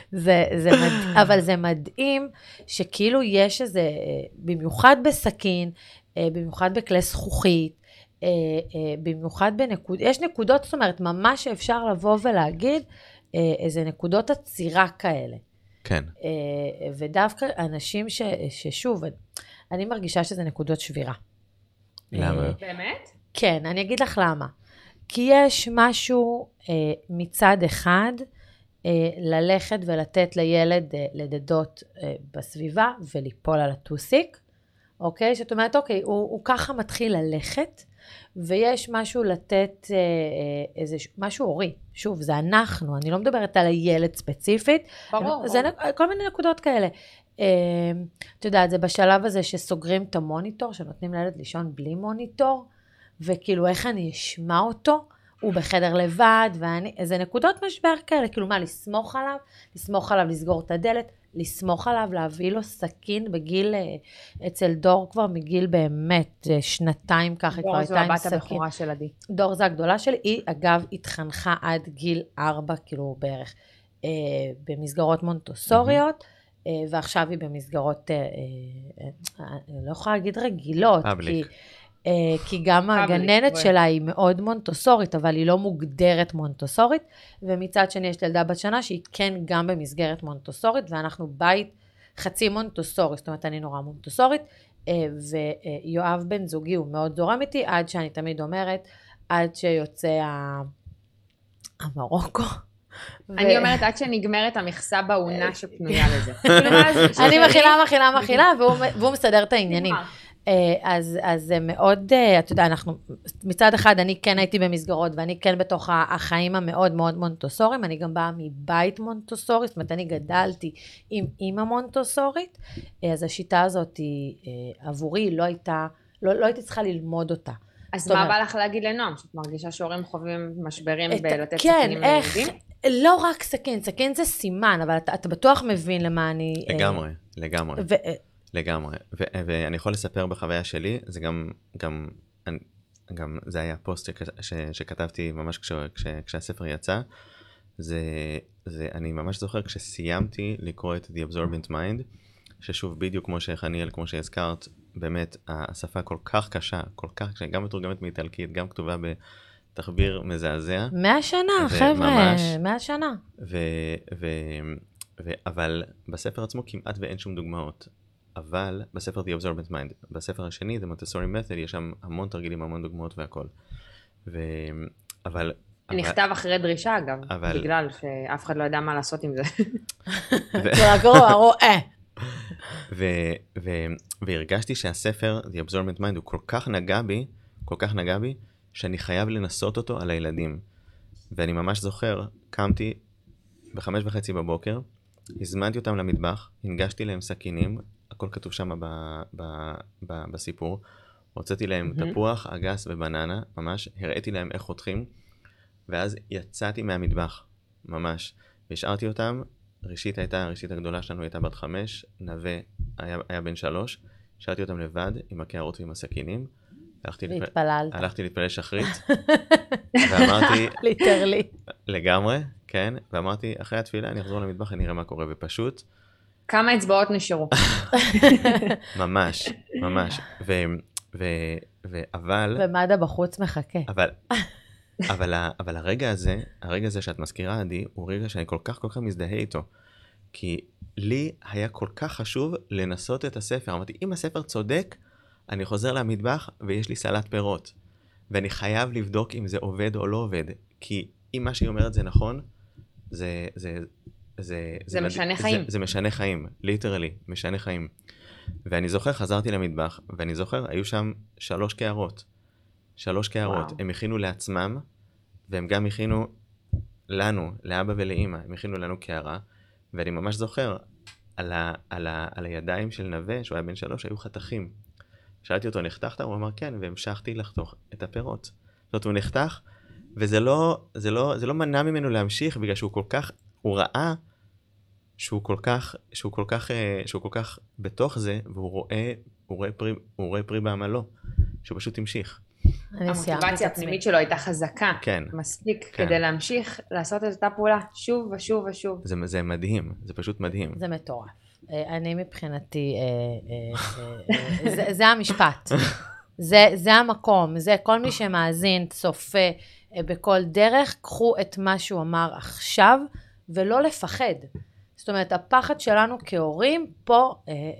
S3: אבל זה מדהים שכאילו יש איזה, במיוחד בסכין, במיוחד בכלי זכוכית, במיוחד יש נקודות, זאת אומרת, ממש אפשר לבוא ולהגיד, איזה נקודות עצירה כאלה.
S2: כן.
S3: ודווקא אנשים ששוב, אני מרגישה שזה נקודות שבירה.
S2: למה?
S4: באמת?
S3: כן, אני אגיד לך למה. כי יש משהו מצד אחד, ללכת ולתת לילד לדדות בסביבה, וליפול על הטוסיק, אוקיי? זאת אומרת, אוקיי, הוא ככה מתחיל ללכת, ויש משהו לתת, משהו הורי. שוב, זה אנחנו, אני לא מדברת על הילד ספציפית.
S4: ברור.
S3: זה כל מיני נקודות כאלה. את יודעת, זה בשלב הזה שסוגרים את המוניטור, שנותנים לילד לישון בלי מוניטור, וכאילו איך אני אשמע אותו, הוא בחדר לבד, זה נקודות משבר כאלה, כאילו מה, לסמוך עליו, לסגור את הדלת, לסמוך עליו, להביא לו סכין בגיל, אצל דור כבר מגיל באמת, שנתיים ככה, כבר הייתה עם סכין.
S4: דור זו הבת הבכורה של עדי.
S3: דור זו הגדולה שלי, היא אגב התחנכה עד גיל 4, כאילו בערך, במסגרות מונטוסוריות, ועכשיו היא במסגרות, אני לא יכולה להגיד רגילות, כי גם הגננת שלה היא מאוד מונטוסורית, אבל היא לא מוגדרת מונטוסורית, ומצד שני יש ילדה בת שנה שהיא כן גם במסגרת מונטוסורית, ואנחנו בית חצי מונטוסורי, זאת אומרת אני נורא מונטוסורית, ויואב בן זוגי הוא מאוד זורם איתי, עד שאני תמיד אומרת, עד שיוצא המרוקו.
S4: אני אומרת, עד שנגמרת המכסה בעונה שפנויה לזה.
S3: אני מכילה, והוא מסדר את העניינים. אז זה מאוד, אתה יודע, מצד אחד אני כן הייתי במסגרות, ואני כן בתוך החיים המאוד מאוד מונטוסוריים, אני גם באה מבית מונטוסורי, זאת אומרת, אני גדלתי עם אמא מונטוסורית, אז השיטה הזאת עבורי לא הייתי צריכה ללמוד אותה.
S4: אז מה בא לך להגיד לנועם? שאת מרגישה שהורים חווים משברים בלתת סכינים לילדים?
S3: לא רק סכין זה סימן, אבל אתה בטוח מבין למה אני...
S2: לגמרי, ואני יכול לספר בחוויה שלי, זה גם זה היה פוסט שכתבתי ממש כשהספר יצא, אני ממש זוכר כשסיימתי לקרוא את The Absorbent Mind, ששוב בדיוק כמו שחניאל, כמו שהזכרת, באמת השפה כל כך קשה, גם מתורגמת מאיטלקית, גם כתובה בתחביר מזעזע.
S3: 100 שנה, חבר'ה, 100 שנה.
S2: אבל בספר עצמו כמעט ואין שום דוגמאות. אבל בספר The Absorbent Mind, בספר השני, The Montessori Method, יש שם המון תרגילים, המון דוגמאות והכל.
S4: נכתב אחרי דרישה, אגב, בגלל שאף אחד לא ידע מה לעשות עם זה.
S2: והרגשתי שהספר, The Absorbent Mind, הוא כל כך נגע בי, שאני חייב לנסות אותו על הילדים. ואני ממש זוכר, קמתי ב5:30 בבוקר, הזמנתי אותם למטבח, הנגשתי להם סכינים, הכל כתוב שם בסיפור, הוצאתי להם תפוח, אגס ובננה, ממש, הראיתי להם איך חותכים, ואז יצאתי מהמטבח, ממש, והשארתי אותם, ראשית הגדולה שלנו הייתה בת 5, נווה היה בן 3, השארתי אותם לבד עם הקערות ועם הסכינים, הלכתי להתפלל שחרית, ואמרתי,
S3: ליטרלי,
S2: לגמרי, כן, ואמרתי, אחרי התפילה אני אחזור למטבח, אני אראה מה קורה, ופשוט,
S4: כמה אצבעות נשארו.
S2: ממש, אבל...
S3: ומד"א בחוץ מחכה.
S2: אבל הרגע הזה שאת מזכירה, עדי, הוא רגע שאני כל כך מזדהה איתו. כי לי היה כל כך חשוב לנסות את הספר. אמרתי, אם הספר צודק, אני חוזר למטבח ויש לי סלט פירות. ואני חייב לבדוק אם זה עובד או לא עובד. כי אם מה שהיא אומרת זה נכון, זה
S4: משנה חיים.
S2: זה משנה חיים, ליטרלי, משנה חיים. ואני זוכר, חזרתי למטבח, ואני זוכר, היו שם 3 קערות. 3 קערות. הם הכינו לעצמם, והם גם הכינו לנו, לאבא ולאמא, הם הכינו לנו קערה, ואני ממש זוכר, על הידיים של נווה, שהוא היה בן 3, היו חתכים. שאלתי אותו, נחתכת? הוא אמר כן, והמשכתי לחתוך את הפירות. זאת אומרת, הוא נחתך, וזה לא מנע ממנו להמשיך, בגלל שהוא כל כך, הוא ראה שהוא כל כך בתוך זה, והוא רואה פרי בעמלו, שהוא פשוט המשיך.
S4: המוטיבציה הפנימית שלו הייתה חזקה,
S2: כן,
S4: מספיק כדי להמשיך לעשות את אותה פעולה שוב ושוב ושוב.
S2: זה מדהים, זה פשוט מדהים.
S3: זה מטורף. אני מבחינתי, זה המשפט. זה המקום, זה כל מי שמאזין, צופה בכל דרך, קחו את מה שהוא אמר עכשיו, ולא לפחד. זאת אומרת, הפחד שלנו כהורים, פה,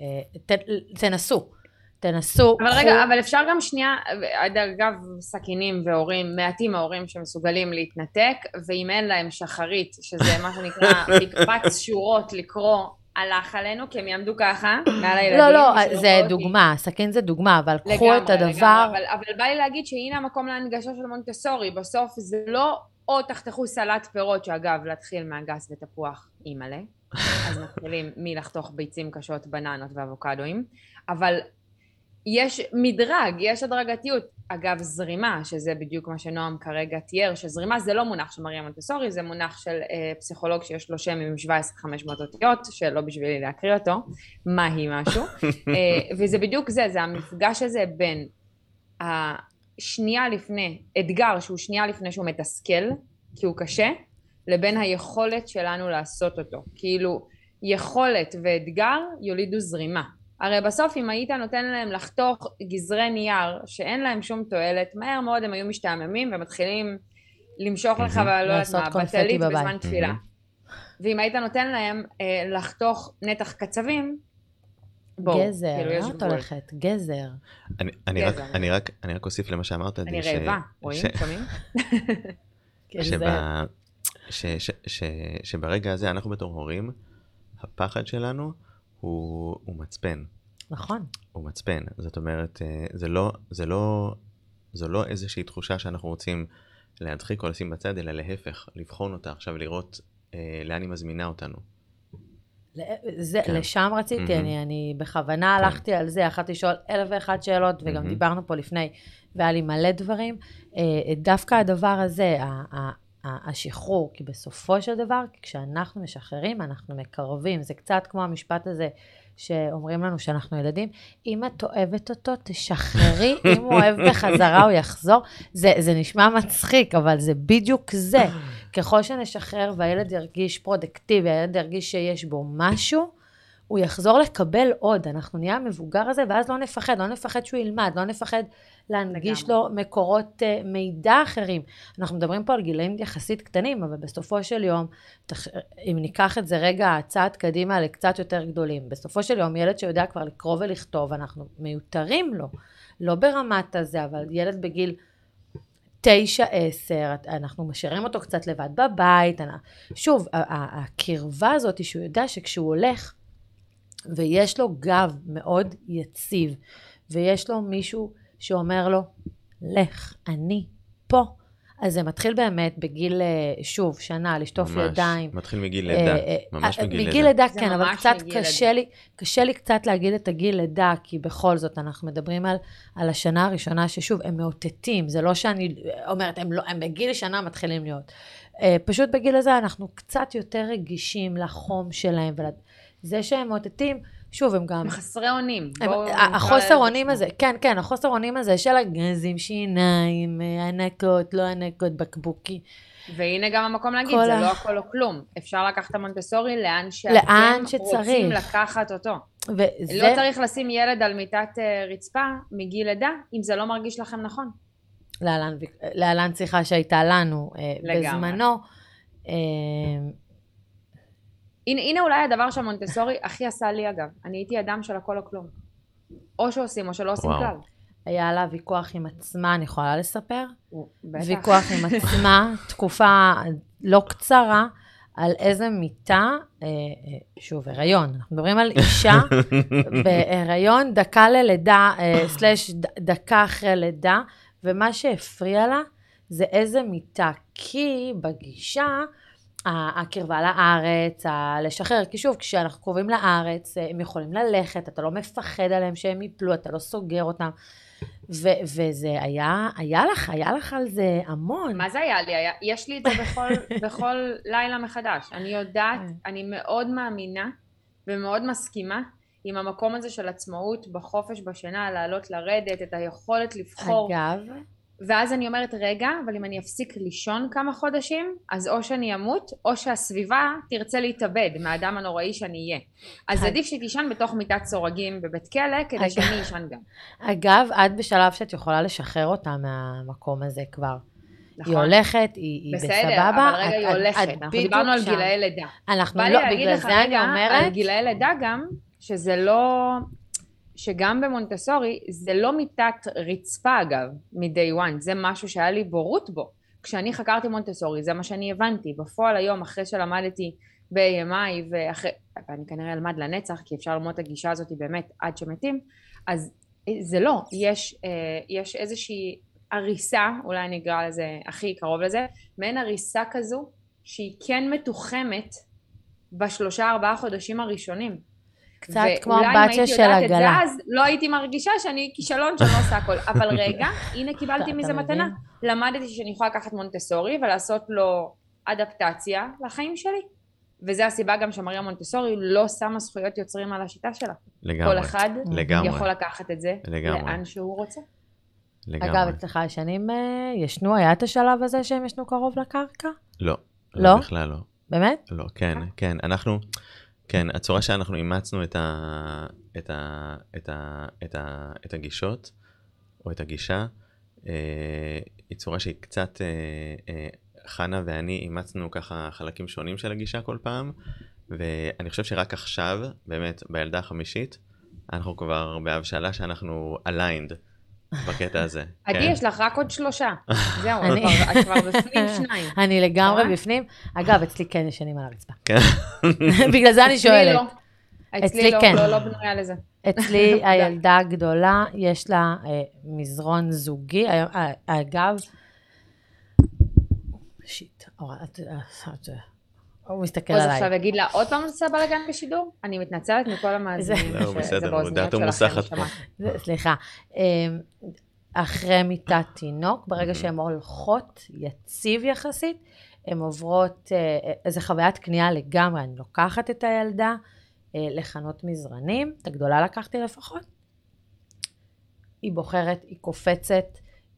S3: תנסו.
S4: אבל רגע, אבל אפשר גם שנייה, אגב, סכינים והורים, מעטים ההורים שמסוגלים להתנתק, ואם אין להם שחרית, שזה מה שנקרא מקבץ שורות לקרוא, הלך עלינו, כי הם יעמדו ככה, מעל הילדים.
S3: לא, זה דוגמה, סכין זה דוגמה, אבל קחו את הדבר.
S4: אבל בא לי להגיד שהנה המקום להנגשה של מונטסורי, בסוף זה לא או תחתכו סלט פירות, שאגב, להתחיל מהגס ותפוח אימאלה, אז מתחילים מלחתוך ביצים קשות, בננות ואבוקדואים, אבל יש מדרג, יש הדרגתיות. אגב, זרימה, שזה בדיוק מה שנועם כרגע תיאר, שזרימה זה לא מונח של מריה מונטסורי, זה מונח של פסיכולוג שיש לו שם עם 17,500 אותיות, שלא בשבילי להקריא אותו, מהי משהו, וזה בדיוק זה המפגש הזה בין השנייה לפני, אתגר שהוא שנייה לפני שהוא מתסכל, כי הוא קשה, לבין היכולת שלנו לעשות אותו. כאילו, יכולת ואתגר יולידו זרימה. הרי בסוף אם היית נותן להם לחתוך גזרי נייר שאין להם שום תועלת, מהר מאוד הם היו משתעממים ומתחילים למשוך לך ולא יודעת מה, בטלית בזמן תפילה. ואם היית נותן להם לחתוך נתח קצבים, בואו.
S3: גזר, מה את הולכת? גזר.
S2: אני רק אוסיף למה שאמרת.
S4: אני רעבה, רואים? שומעים?
S2: שברגע הזה אנחנו בתור הורים, הפחד שלנו הוא מצפן.
S3: נכון.
S2: הוא מצפן. זאת אומרת, זו לא איזושהי תחושה שאנחנו רוצים להדחיק או לשים בצד, אלא להפך, לבחון אותה עכשיו, לראות לאן היא מזמינה אותנו.
S3: לשם רציתי, אני בכוונה הלכתי על זה, יכולתי לשאול 1,001 שאלות, וגם דיברנו פה לפני, והיה לי מלא דברים. דווקא הדבר הזה, השחרור, כי בסופו של דבר, כשאנחנו משחררים, אנחנו מקרבים. זה קצת כמו המשפט הזה שאומרים לנו שאנחנו ילדים. אם את אוהבת אותו, תשחררי. אם הוא אוהב בחזרה, הוא יחזור. זה נשמע מצחיק, אבל זה בדיוק זה. ככל שנשחרר והילד ירגיש פרודקטיבי, הילד ירגיש שיש בו משהו, הוא יחזור לקבל עוד, אנחנו נהיה המבוגר הזה, ואז לא נפחד שהוא ילמד, לא נפחד להנגיש לו מקורות מידע אחרים. אנחנו מדברים פה על גילאים יחסית קטנים, אבל בסופו של יום, אם ניקח את זה רגע צעד קדימה לקצת יותר גדולים, בסופו של יום ילד שיודע כבר לקרוא ולכתוב, אנחנו מיותרים לו, לא ברמת הזה, אבל ילד בגיל 9-10, אנחנו משאירים אותו קצת לבד בבית, שוב, הקרבה הזאת שהוא יודע שכשהוא הולך, ויש לו גב מאוד יציב, ויש לו מישהו שאומר לו, לך, אני פה. אז זה מתחיל באמת בגיל, שוב, שנה, לשטוף
S2: ממש,
S3: ידיים.
S2: מתחיל מגיל לידה, ממש מגיל לידה.
S3: מגיל לידה, כן, אבל קצת קשה לי קצת להגיד את הגיל לידה, כי בכל זאת אנחנו מדברים על השנה הראשונה, ששוב, הם מאותתים, זה לא שאני אומרת, הם בגיל שנה מתחילים להיות. פשוט בגיל הזה אנחנו קצת יותר רגישים לחום שלהם, זה שהם מאותתים, שוב, הם גם...
S4: הם חסרי אונים.
S3: החוסר אונים הזה, כן, החוסר אונים הזה של הגזים, שיניים, ענקות, לא ענקות, בקבוקי.
S4: והנה גם המקום להגיד, זה לא הכל או כלום. אפשר לקחת את המונטסורי לאן שאתם רוצים לקחת אותו. לא צריך לשים ילד על מיטת רצפה מגיל לידה, אם זה לא מרגיש לכם נכון.
S3: להלן שיחה שהייתה לנו בזמנו.
S4: הנה אולי הדבר שהמונטסורי הכי עשה לי אגב. אני הייתי אדם של הכל או כלום. או שעושים או שלא עושים כלל.
S3: היה לה ויכוח עם עצמה, אני יכולה לספר? ויכוח עם עצמה, תקופה לא קצרה, על איזה מיטה, שוב, הריון. אנחנו מדברים על אישה בהריון, דקה ללידה, סלש דקה אחרי לידה, ומה שהפריע לה זה איזה מיטה, כי בגישה, הקרבה לארץ, לשחרר, כי שוב, כשאנחנו קרובים לארץ, הם יכולים ללכת, אתה לא מפחד עליהם שהם יפלו, אתה לא סוגר אותם, וזה היה לך על זה המון.
S4: מה זה היה לי? יש לי את זה בכל לילה מחדש. אני יודעת, אני מאוד מאמינה ומאוד מסכימה עם המקום הזה של עצמאות בחופש, בשינה, לעלות, לרדת, את היכולת לבחור.
S3: אגב,
S4: ואז אני אומרת, רגע, אבל אם אני אפסיק לישון כמה חודשים, אז או שאני אמות, או שהסביבה תרצה להתאבד מהאדם הנוראי שאני אהיה. אז עדיף שתישן בתוך מיטת סורגים בבית כלא, כדי שאני ישן גם.
S3: אגב, את בשלב שאת יכולה לשחרר אותה מהמקום הזה כבר.
S4: נכון.
S3: היא הולכת, היא בסבבה.
S4: בסדר, אבל רגע היא הולכת. אנחנו דיברנו על גילאי לידה.
S3: אנחנו לא, בגלל זה אני אומרת.
S4: על גילאי לידה גם, שזה לא... שגם במונטסורי, זה לא מיטת רצפה אגב, מ-day one, זה משהו שהיה לי בורות בו. כשאני חקרתי מונטסורי, זה מה שאני הבנתי. בפועל היום, אחרי שלמדתי ב-AMI, ואני כנראה אלמד לנצח, כי אפשר ללמוד את הגישה הזאת באמת עד שמתים, אז זה לא, יש איזושהי הריסה, אולי אני אקרא לזה הכי קרוב לזה, מעין הריסה כזו, שהיא כן מתוחמת ב3-4 חודשים הראשונים.
S3: קצת כמו אמבטיה של עגלה.
S4: ואולי אם הייתי יודעת את זה אז, לא הייתי מרגישה שאני כישלון שאני לא עושה הכל. אבל רגע, הנה קיבלתי מזה מתנה. למדתי שאני יכולה לקחת מונטסורי ולעשות לו אדפטציה לחיים שלי. וזה הסיבה גם שמריה מונטסורי לא שמה זכויות יוצרים על השיטה שלה.
S2: לגמרי.
S4: כל אחד יכול לקחת את זה לאן שהוא רוצה.
S3: אגב, אצלך השנים ישנו, היה את השלב הזה שהם ישנו קרוב לקרקע?
S2: לא.
S3: לא?
S2: בכלל לא.
S3: באמת?
S2: לא, כן. אנחנו... כן, הצורה שאנחנו אימצנו את הגישות, או את הגישה, היא צורה שהיא קצת, חנה ואני אימצנו ככה חלקים שונים של הגישה כל פעם, ואני חושב שרק עכשיו, באמת, בילדה החמישית, אנחנו כבר בהבשלה שאנחנו aligned בקטע הזה.
S4: עדי, יש לך רק עוד 3. זהו, את כבר בפנים 2.
S3: אני לגמרי בפנים. אגב, אצלי כן ישנים על הרצפה. בגלל זה אני שואלת.
S4: אצלי לא בנויה לזה.
S3: אצלי הילדה הגדולה, יש לה מזרון זוגי. אגב, שיט, הוא מסתכל עליי.
S4: אז עכשיו אגיד לה, עוד פעם עושה בלגן בשידור? אני מתנצלת מכל המאזינים.
S2: לא, בסדר, דעת המוסחת פה.
S3: סליחה. אחרי מיטת תינוק, ברגע שהן הולכות יציב יחסית, הן עוברות איזו חוויית קנייה לגמרי. אני לוקחת את הילדה לחנות מזרנים, את הגדולה לקחתי לפחות. היא בוחרת, היא קופצת,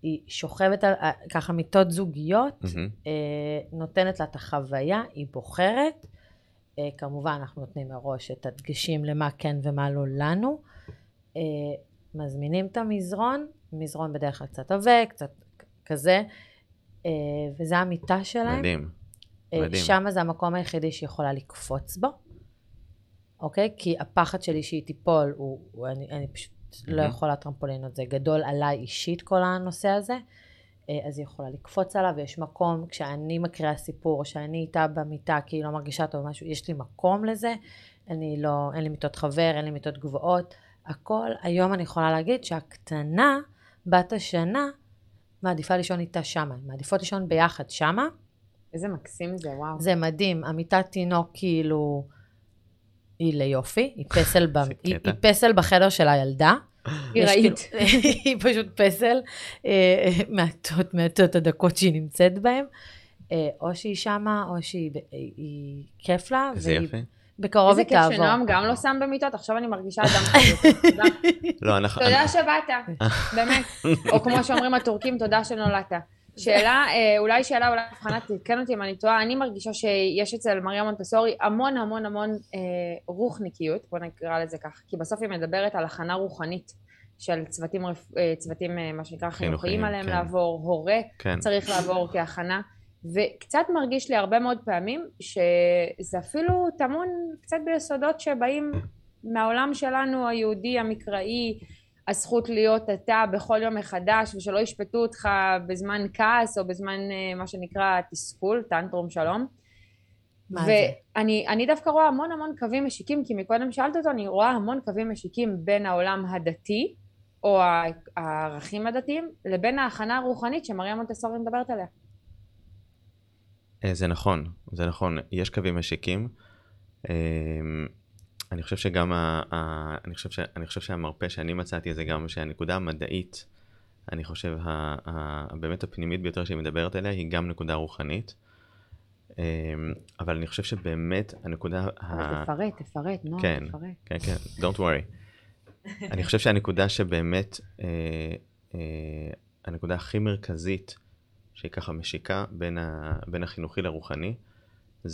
S3: היא שוכבת על ככה מיטות זוגיות, נותנת לה את החוויה, היא בוחרת, כמובן אנחנו נותנים מראש את הדגשים למה כן ומה לא לנו, מזמינים את המזרון, מזרון בדרך כלל קצת עבה, קצת כזה, וזה המיטה שלהם.
S2: מדהים.
S3: שם זה המקום היחידי שיכולה לקפוץ בו, אוקיי? כי הפחד שלי שהיא תיפול, אני פשוט לא יכולה טרמפולינות, זה גדול עליי אישית כל הנושא הזה, אז היא יכולה לקפוץ עליו, ויש מקום, כשאני מקריאה סיפור, שאני איתה במיטה, כי היא לא מרגישה טוב משהו, יש לי מקום לזה, אין לי מיטות חבר, אין לי מיטות גבוהות, הכל, היום אני יכולה להגיד שהקטנה, בת השנה, מעדיפה לישון איתה שמה, מעדיפות לישון ביחד שמה.
S4: איזה מקסים זה, וואו.
S3: זה מדהים, המיטת תינוק כאילו, היא ליופי, היא פסל בחדר של הילדה.
S4: היא ראית.
S3: היא פשוט פסל, מעטות הדקות שהיא נמצאת בהם, או שהיא שמה, או שהיא כיף לה.
S2: זה יפה.
S3: בקרוב היא תעבור.
S4: איזה כיף שנועם גם לא שם במיטות, עכשיו אני מרגישה אדם חדש. תודה שבאת, באמת. או כמו שאומרים הטורקים, תודה שנולדת. שאלה, אולי הבחנה, תתקן אותי אם אני טועה, אני מרגישה שיש אצל מריה מונטסורי המון המון המון רוחניקיות, בוא נקרא לזה כך, כי בסוף היא מדברת על הכנה רוחנית של צוותים מה שנקרא חינוכיים עליהם לעבור, הורה צריך לעבור כהכנה, וקצת מרגיש לי הרבה מאוד פעמים שזה אפילו טמון קצת ביסודות שבאים מהעולם שלנו היהודי המקראי, הזכות להיות אתה בכל יום מחדש ושלא ישפטו אותך בזמן כעס או בזמן מה שנקרא תסכול, טנטרום שלום. ואני דווקא רואה המון המון קווים משיקים, כי מקודם שאלת אותו, אני רואה המון קווים משיקים בין העולם הדתי או הערכים הדתיים לבין ההכנה הרוחנית שמריה מונטסורי מדברת עליה.
S2: זה נכון, זה נכון. יש קווים משיקים. אני חושב שגם, אני חושב שהמרפא שאני מצאתי זה גם שהנקודה המדעית, אני חושב באמת הפנימית ביותר שהיא מדברת עליה, היא גם נקודה רוחנית. אבל אני חושב שבאמת הנקודה...
S4: תפרט, נועם,
S2: כן,
S4: תפרט.
S2: כן, don't worry. אני חושב שהנקודה שבאמת, הנקודה הכי מרכזית, שהיא ככה משיקה בין החינוכי לרוחני, זה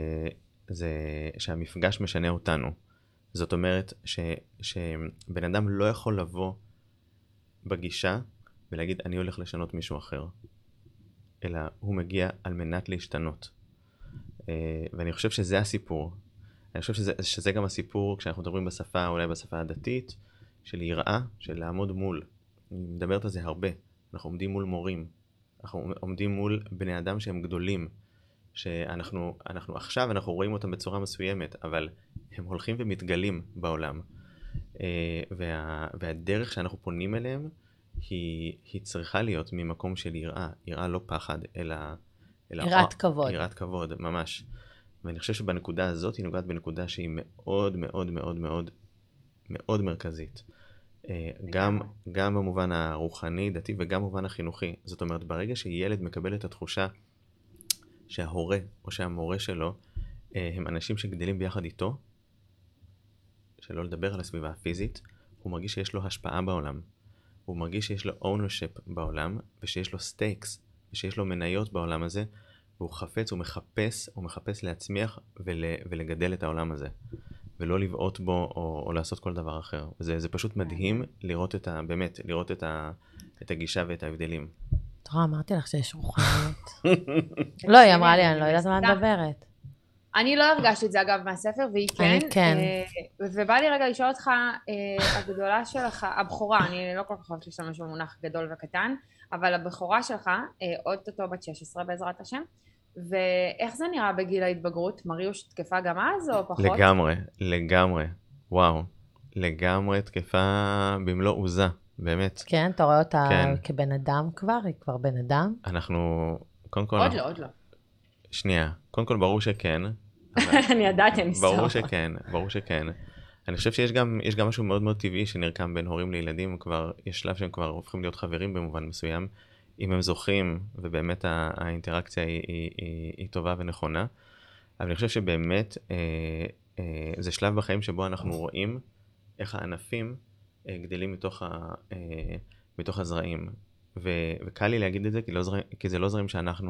S2: שהמפגש משנה אותנו. זאת אומרת שבן אדם לא יכול לבוא בגישה ולהגיד אני הולך לשנות מישהו אחר, אלא הוא מגיע על מנת להשתנות. ואני חושב שזה הסיפור. אני חושב שזה גם הסיפור כשאנחנו מדברים בשפה, אולי בשפה הדתית, של יראה, של לעמוד מול. אני מדברת על זה הרבה. אנחנו עומדים מול מורים. אנחנו עומדים מול בני אדם שהם גדולים. שאנחנו עכשיו אנחנו רואים אותם בצורה מסוימת, אבל הם הולכים ומתגלים בעולם. והדרך שאנחנו פונים אליהם היא צריכה להיות ממקום של יראה. יראה לא פחד, אלא
S3: יראת כבוד.
S2: יראת כבוד, ממש. ואני חושב שבנקודה הזאת היא נוגעת בנקודה שהיא מאוד מאוד מאוד מאוד מאוד מרכזית. גם במובן הרוחני, דתי, וגם במובן החינוכי. זאת אומרת, ברגע שילד מקבל את התחושה שההורה או שהמורה שלו הם אנשים שגדלים ביחד איתו, שלא לדבר על הסביבה הפיזית, הוא מרגיש שיש לו השפעה בעולם. הוא מרגיש שיש לו ownership בעולם, ושיש לו stakes, ושיש לו מניות בעולם הזה, והוא חפץ, הוא מחפש להצמיח ולגדל את העולם הזה, ולא לבעוט בו או לעשות כל דבר אחר. זה פשוט מדהים לראות לראות את הגישה ואת ההבדלים.
S3: תראה, אמרתי לך שיש רוחניות. לא, היא אמרה לי, אני לא יודעת מה את מדברת.
S4: אני לא הרגשתי את זה אגב מהספר, והיא כן.
S3: אני כן.
S4: ובא לי רגע לשאול אותך, הגדולה שלך, הבכורה, אני לא כל כך חושבת להשתמש במונח גדול וקטן, אבל הבכורה שלך, עוד אותו בת 16 בעזרת השם, ואיך זה נראה בגיל ההתבגרות? מריוש תקפה גם אז או פחות?
S2: לגמרי. וואו. לגמרי תקפה במלוא עוזה, באמת.
S3: כן, אתה רואה אותה כבן אדם כבר? היא כבר בן אדם?
S2: אנחנו, קודם כל...
S4: עוד לא.
S2: שנייה, קודם כל ברור שכן.
S4: אני ידעתי, אני סתור.
S2: ברור שכן. אני חושב שיש גם משהו מאוד מאוד טבעי שנרקם בין הורים לילדים, יש שלב שהם כבר הופכים להיות חברים במובן מסוים, אם הם זוכים, ובאמת האינטראקציה היא טובה ונכונה. אבל אני חושב שבאמת זה שלב בחיים שבו אנחנו רואים איך הענפים גדלים מתוך הזרעים. וקל לי להגיד את זה, כי זה לא זרים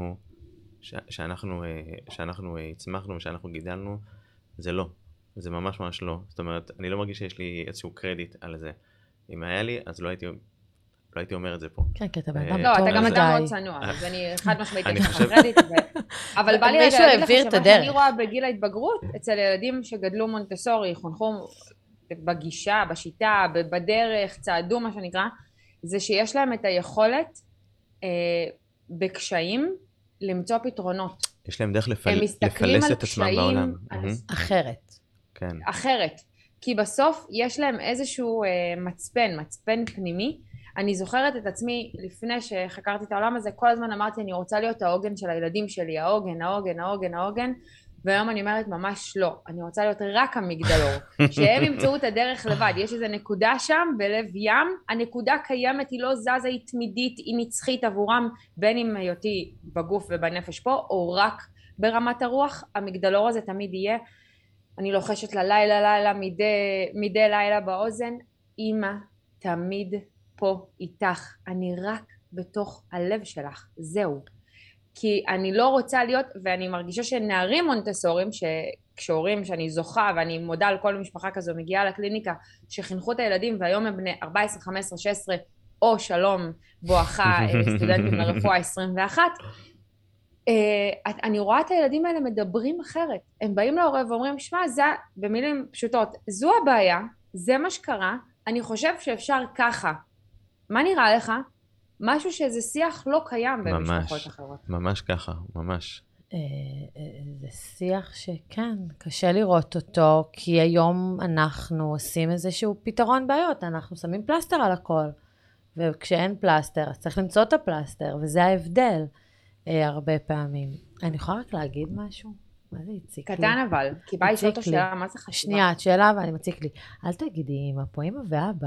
S2: שאנחנו הצמחנו ושאנחנו גידלנו, זה לא. זה ממש ממש לא. זאת אומרת, אני לא מרגיש שיש לי איזשהו קרדיט על זה. אם היה לי, אז לא הייתי אומר את זה פה.
S3: כן, כי אתה בן אדם
S4: לא, אתה גם אדם מאוד צנוע, אז אני חד משמעית יש לך קרדיט. אבל בא לי רגע להגיד לך שמה שאני רואה בגיל ההתבגרות, אצל ילדים שגדלו מונטסורי, חונכו בגישה, בשיטה, בדרך, צעדו מה שנקרא, זה שיש להם את היכולת בקשיים למצוא פתרונות.
S2: יש להם דרך לפלס את עצמם בעולם.
S3: אחרת.
S2: כן.
S4: אחרת. כי בסוף יש להם איזשהו מצפן פנימי. אני זוכרת את עצמי, לפני שחקרתי את העולם הזה, כל הזמן אמרתי, אני רוצה להיות העוגן של הילדים שלי, העוגן, והיום אני אומרת, ממש לא. אני רוצה להיות רק המגדלור. שהם ימצאו את הדרך לבד. יש איזו נקודה שם, בלב ים, הנקודה קיימת, היא לא זזה, היא תמידית, היא נצחית עבורם, בין אם היותי בגוף ובנפש פה, או רק ברמת הרוח, המגדלור הזה תמיד יהיה. אני לוחשת לילה, מדי לילה באוזן, אמא תמיד פה איתך, אני רק בתוך הלב שלך, זהו. כי אני לא רוצה להיות, ואני מרגישה שנערים מונטסורים, כשהורים שאני זוכה, ואני מודה על כל משפחה כזו, מגיעה לקליניקה, שחינכו את הילדים, והיום הם בני 14, 15, 16, או שלום, בואכה סטודנטים לרפואה 21, אני רואה את הילדים האלה מדברים אחרת. הם באים להורה ואומרים, שמע, זה, במילים פשוטות, זו הבעיה, זה מה שקרה, אני חושב שאפשר ככה. מה נראה לך? משהו שזה שיח לא קיים במשפחות אחרות.
S2: ממש ככה, ממש.
S3: זה שיח שכן, קשה לראות אותו, כי היום אנחנו עושים איזשהו פתרון בעיות, אנחנו שמים פלסטר על הכל, וכשאין פלסטר, אז צריך למצוא את הפלסטר, וזה ההבדל הרבה פעמים. אני יכולה רק להגיד משהו? מה זה הציק לי?
S4: קטן אבל, כי בא לשאול את השאלה, מה זה חשובה?
S3: שנייה, את שאלה, ואני מציק לי. אל תגידי אמא, פה אמא ואבא.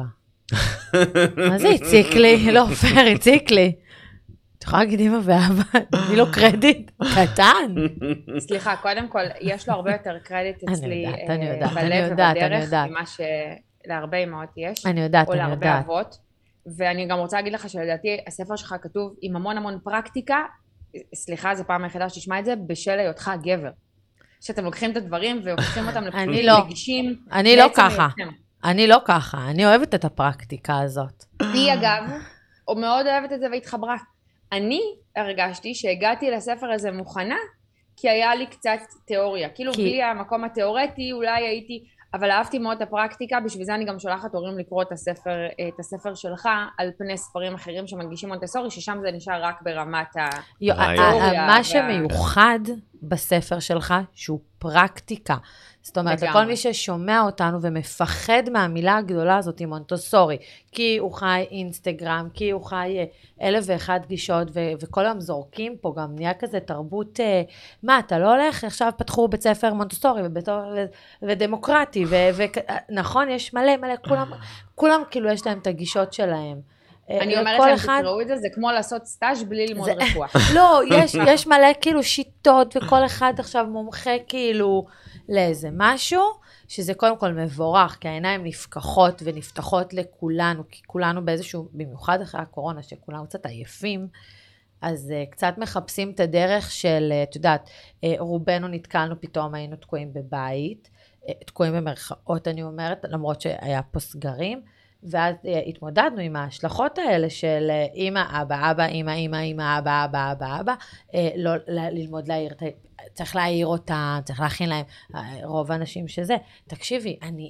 S3: מה זה הציק לי? לא פייר, הציק לי. את יכולה להגיד אמא ואבא, תני לו קרדיט, קטן.
S4: סליחה, קודם כל, יש לו הרבה יותר קרדיט אצלי
S3: בלב
S4: ובדרך, ממה שלהרבה אמהות יש.
S3: אני יודעת,
S4: או להרבה אבות. ואני גם רוצה להגיד לך שלדעתי, הספר שלך כתוב עם המון פרקטיקה, סליחה, זו פעם היחידה שתשמע את זה, בשל היותך גבר. שאתם לוקחים את הדברים והופכים אותם לפעמים רגישים.
S3: אני לא ככה. אני לא ככה, אני אוהבת את הפרקטיקה הזאת.
S4: היא אגב, מאוד אוהבת את זה והתחברה. אני הרגשתי שהגעתי לספר הזה מוכנה, כי היה לי קצת תיאוריה. כאילו בלי המקום התיאורטי, אולי הייתי, אבל אהבתי מאוד את הפרקטיקה, בשביל זה אני גם שולחת הורים לקרוא את הספר שלך, על פני ספרים אחרים שמנגישים מונטסורי, ששם זה נשאר רק ברמת התיאוריה.
S3: מה שמיוחד בספר שלך, שהוא פרקטיקה. זאת אומרת, לכל מי ששומע אותנו ומפחד מהמילה הגדולה הזאת עם מונטסורי, כי הוא חי אינסטגרם, כי הוא חי 1001 גישות, וכל היום זורקים פה גם נהיה כזה תרבות, מה, אתה לא הולך? עכשיו פתחו בית ספר מונטסורי ודמוקרטי, ונכון, יש מלא, כולם כאילו יש להם את הגישות שלהם.
S4: אני אומרת להם, תקראו את זה, זה כמו לעשות סטאז' בלי ללמוד רפואה.
S3: לא, יש מלא כאילו שיטות, וכל אחד עכשיו מומחה כאילו לאיזה משהו, שזה קודם כל מבורך, כי העיניים נפקחות ונפתחות לכולנו, כי כולנו באיזשהו, במיוחד אחרי הקורונה, שכולנו קצת עייפים, אז קצת מחפשים את הדרך של, את יודעת, רובנו נתקלנו, פתאום היינו תקועים בבית, תקועים במרכאות אני אומרת, למרות שהיה פה סגרים, ואז התמודדנו עם ההשלכות האלה של אמא, אבא, אמא, אבא, לא ללמוד להעיר, צריך להעיר אותם, צריך להכין להם, רוב האנשים שזה, תקשיבי, אני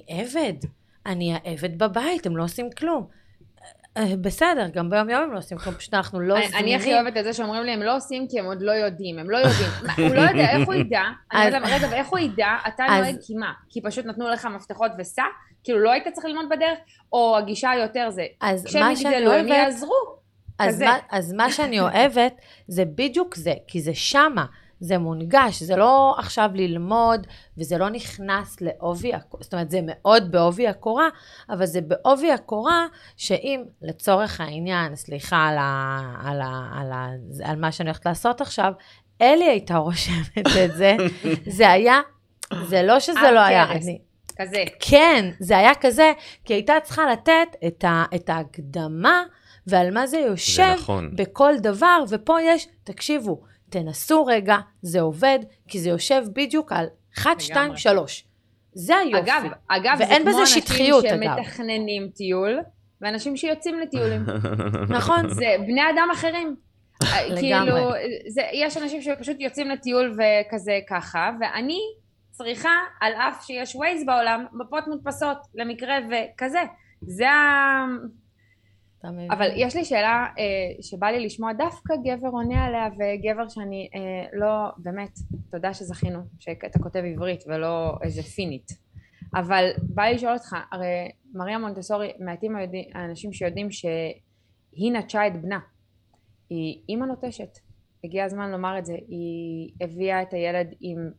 S3: עבד בבית, הם לא עושים כלום. בסדר, גם ביום יום הם לא עושים כלום, פשוט אנחנו לא זמינים.
S4: אני הכי אוהבת את זה שאומרים לי, הם לא עושים כי הם עוד לא יודעים, הוא לא יודע, איך הוא ידע? רגע, ואיך הוא ידע, אתה נוהג כי מה? כי פשוט נתנו לך מפתחות וסע, כאילו לא היית צריך ללמוד בדרך, או הגישה היותר זה, כשהם יגדלו, הם יעזרו.
S3: אז מה שאני אוהבת, זה בדיוק זה, כי זה שמה, זה מונגש, זה לא עכשיו ללמוד, וזה לא נכנס לעובי, זאת אומרת, זה מאוד בעובי הקורה, אבל זה בעובי הקורה, שאם לצורך העניין, סליחה על מה שאני הולכת לעשות עכשיו, אלי הייתה רושמת את זה, זה לא שזה לא היה,
S4: כזה.
S3: כן, זה היה כזה, כי הייתה צריכה לתת את ההקדמה, ועל מה זה יושב
S2: נכון.
S3: בכל דבר, ופה יש, תקשיבו, תנסו רגע, זה עובד, כי זה יושב בדיוק על 1, 2, 3. זה היופי.
S4: אגב,
S3: ואין
S4: זה כמו
S3: בזה שטחיות,
S4: אנשים
S3: אגב.
S4: שמתכננים טיול, ואנשים שיוצאים לטיולים.
S3: נכון?
S4: זה בני אדם אחרים. כאילו, יש אנשים שפשוט יוצאים לטיול וכזה ככה, ואני צריכה, על אף שיש ווייז בעולם, מפות מודפסות למקרה וכזה. זה אבל יש לי שאלה שבא לי לשמוע דווקא גבר עונה עליה, וגבר שאני לא, באמת, תודה שזכינו, שאתה כותב עברית ולא איזה פינית. אבל בא לי לשאול אותך, הרי מריה מונטסורי, מעטים האנשים שיודעים שהיא נטשה את בנה. היא אימא נוטשת. הגיע הזמן לומר את זה. היא הביאה את הילד עם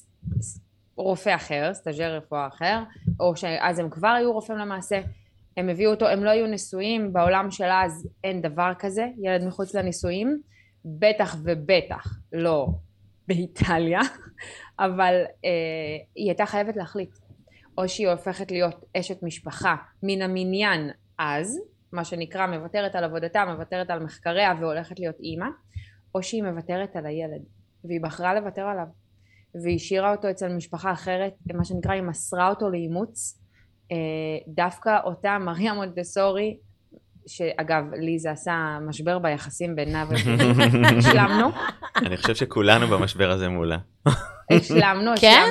S4: רופא אחר, סטאז'ר רפואה אחר, או שאז הם כבר היו רופאים למעשה. הם הביאו אותו, הם לא היו נשואים, בעולם שלה אז אין דבר כזה, ילד מחוץ לנישואים, בטח ובטח לא באיטליה, אבל היא הייתה חייבת להחליט, או שהיא הופכת להיות אשת משפחה מן המניין אז, מה שנקרא מוותרת על עבודתה, מוותרת על מחקריה והולכת להיות אימא, או שהיא מוותרת על הילד, והיא בחרה לוותר עליו, והיא השאירה אותו אצל משפחה אחרת, מה שנקרא היא מסרה אותו לאימוץ, דווקא אותה מריה מונטסורי, שאגב לי זה עשה משבר ביחסים בינה השלמנו.
S2: אני חושב שכולנו במשבר הזה מולה.
S4: השלמנו.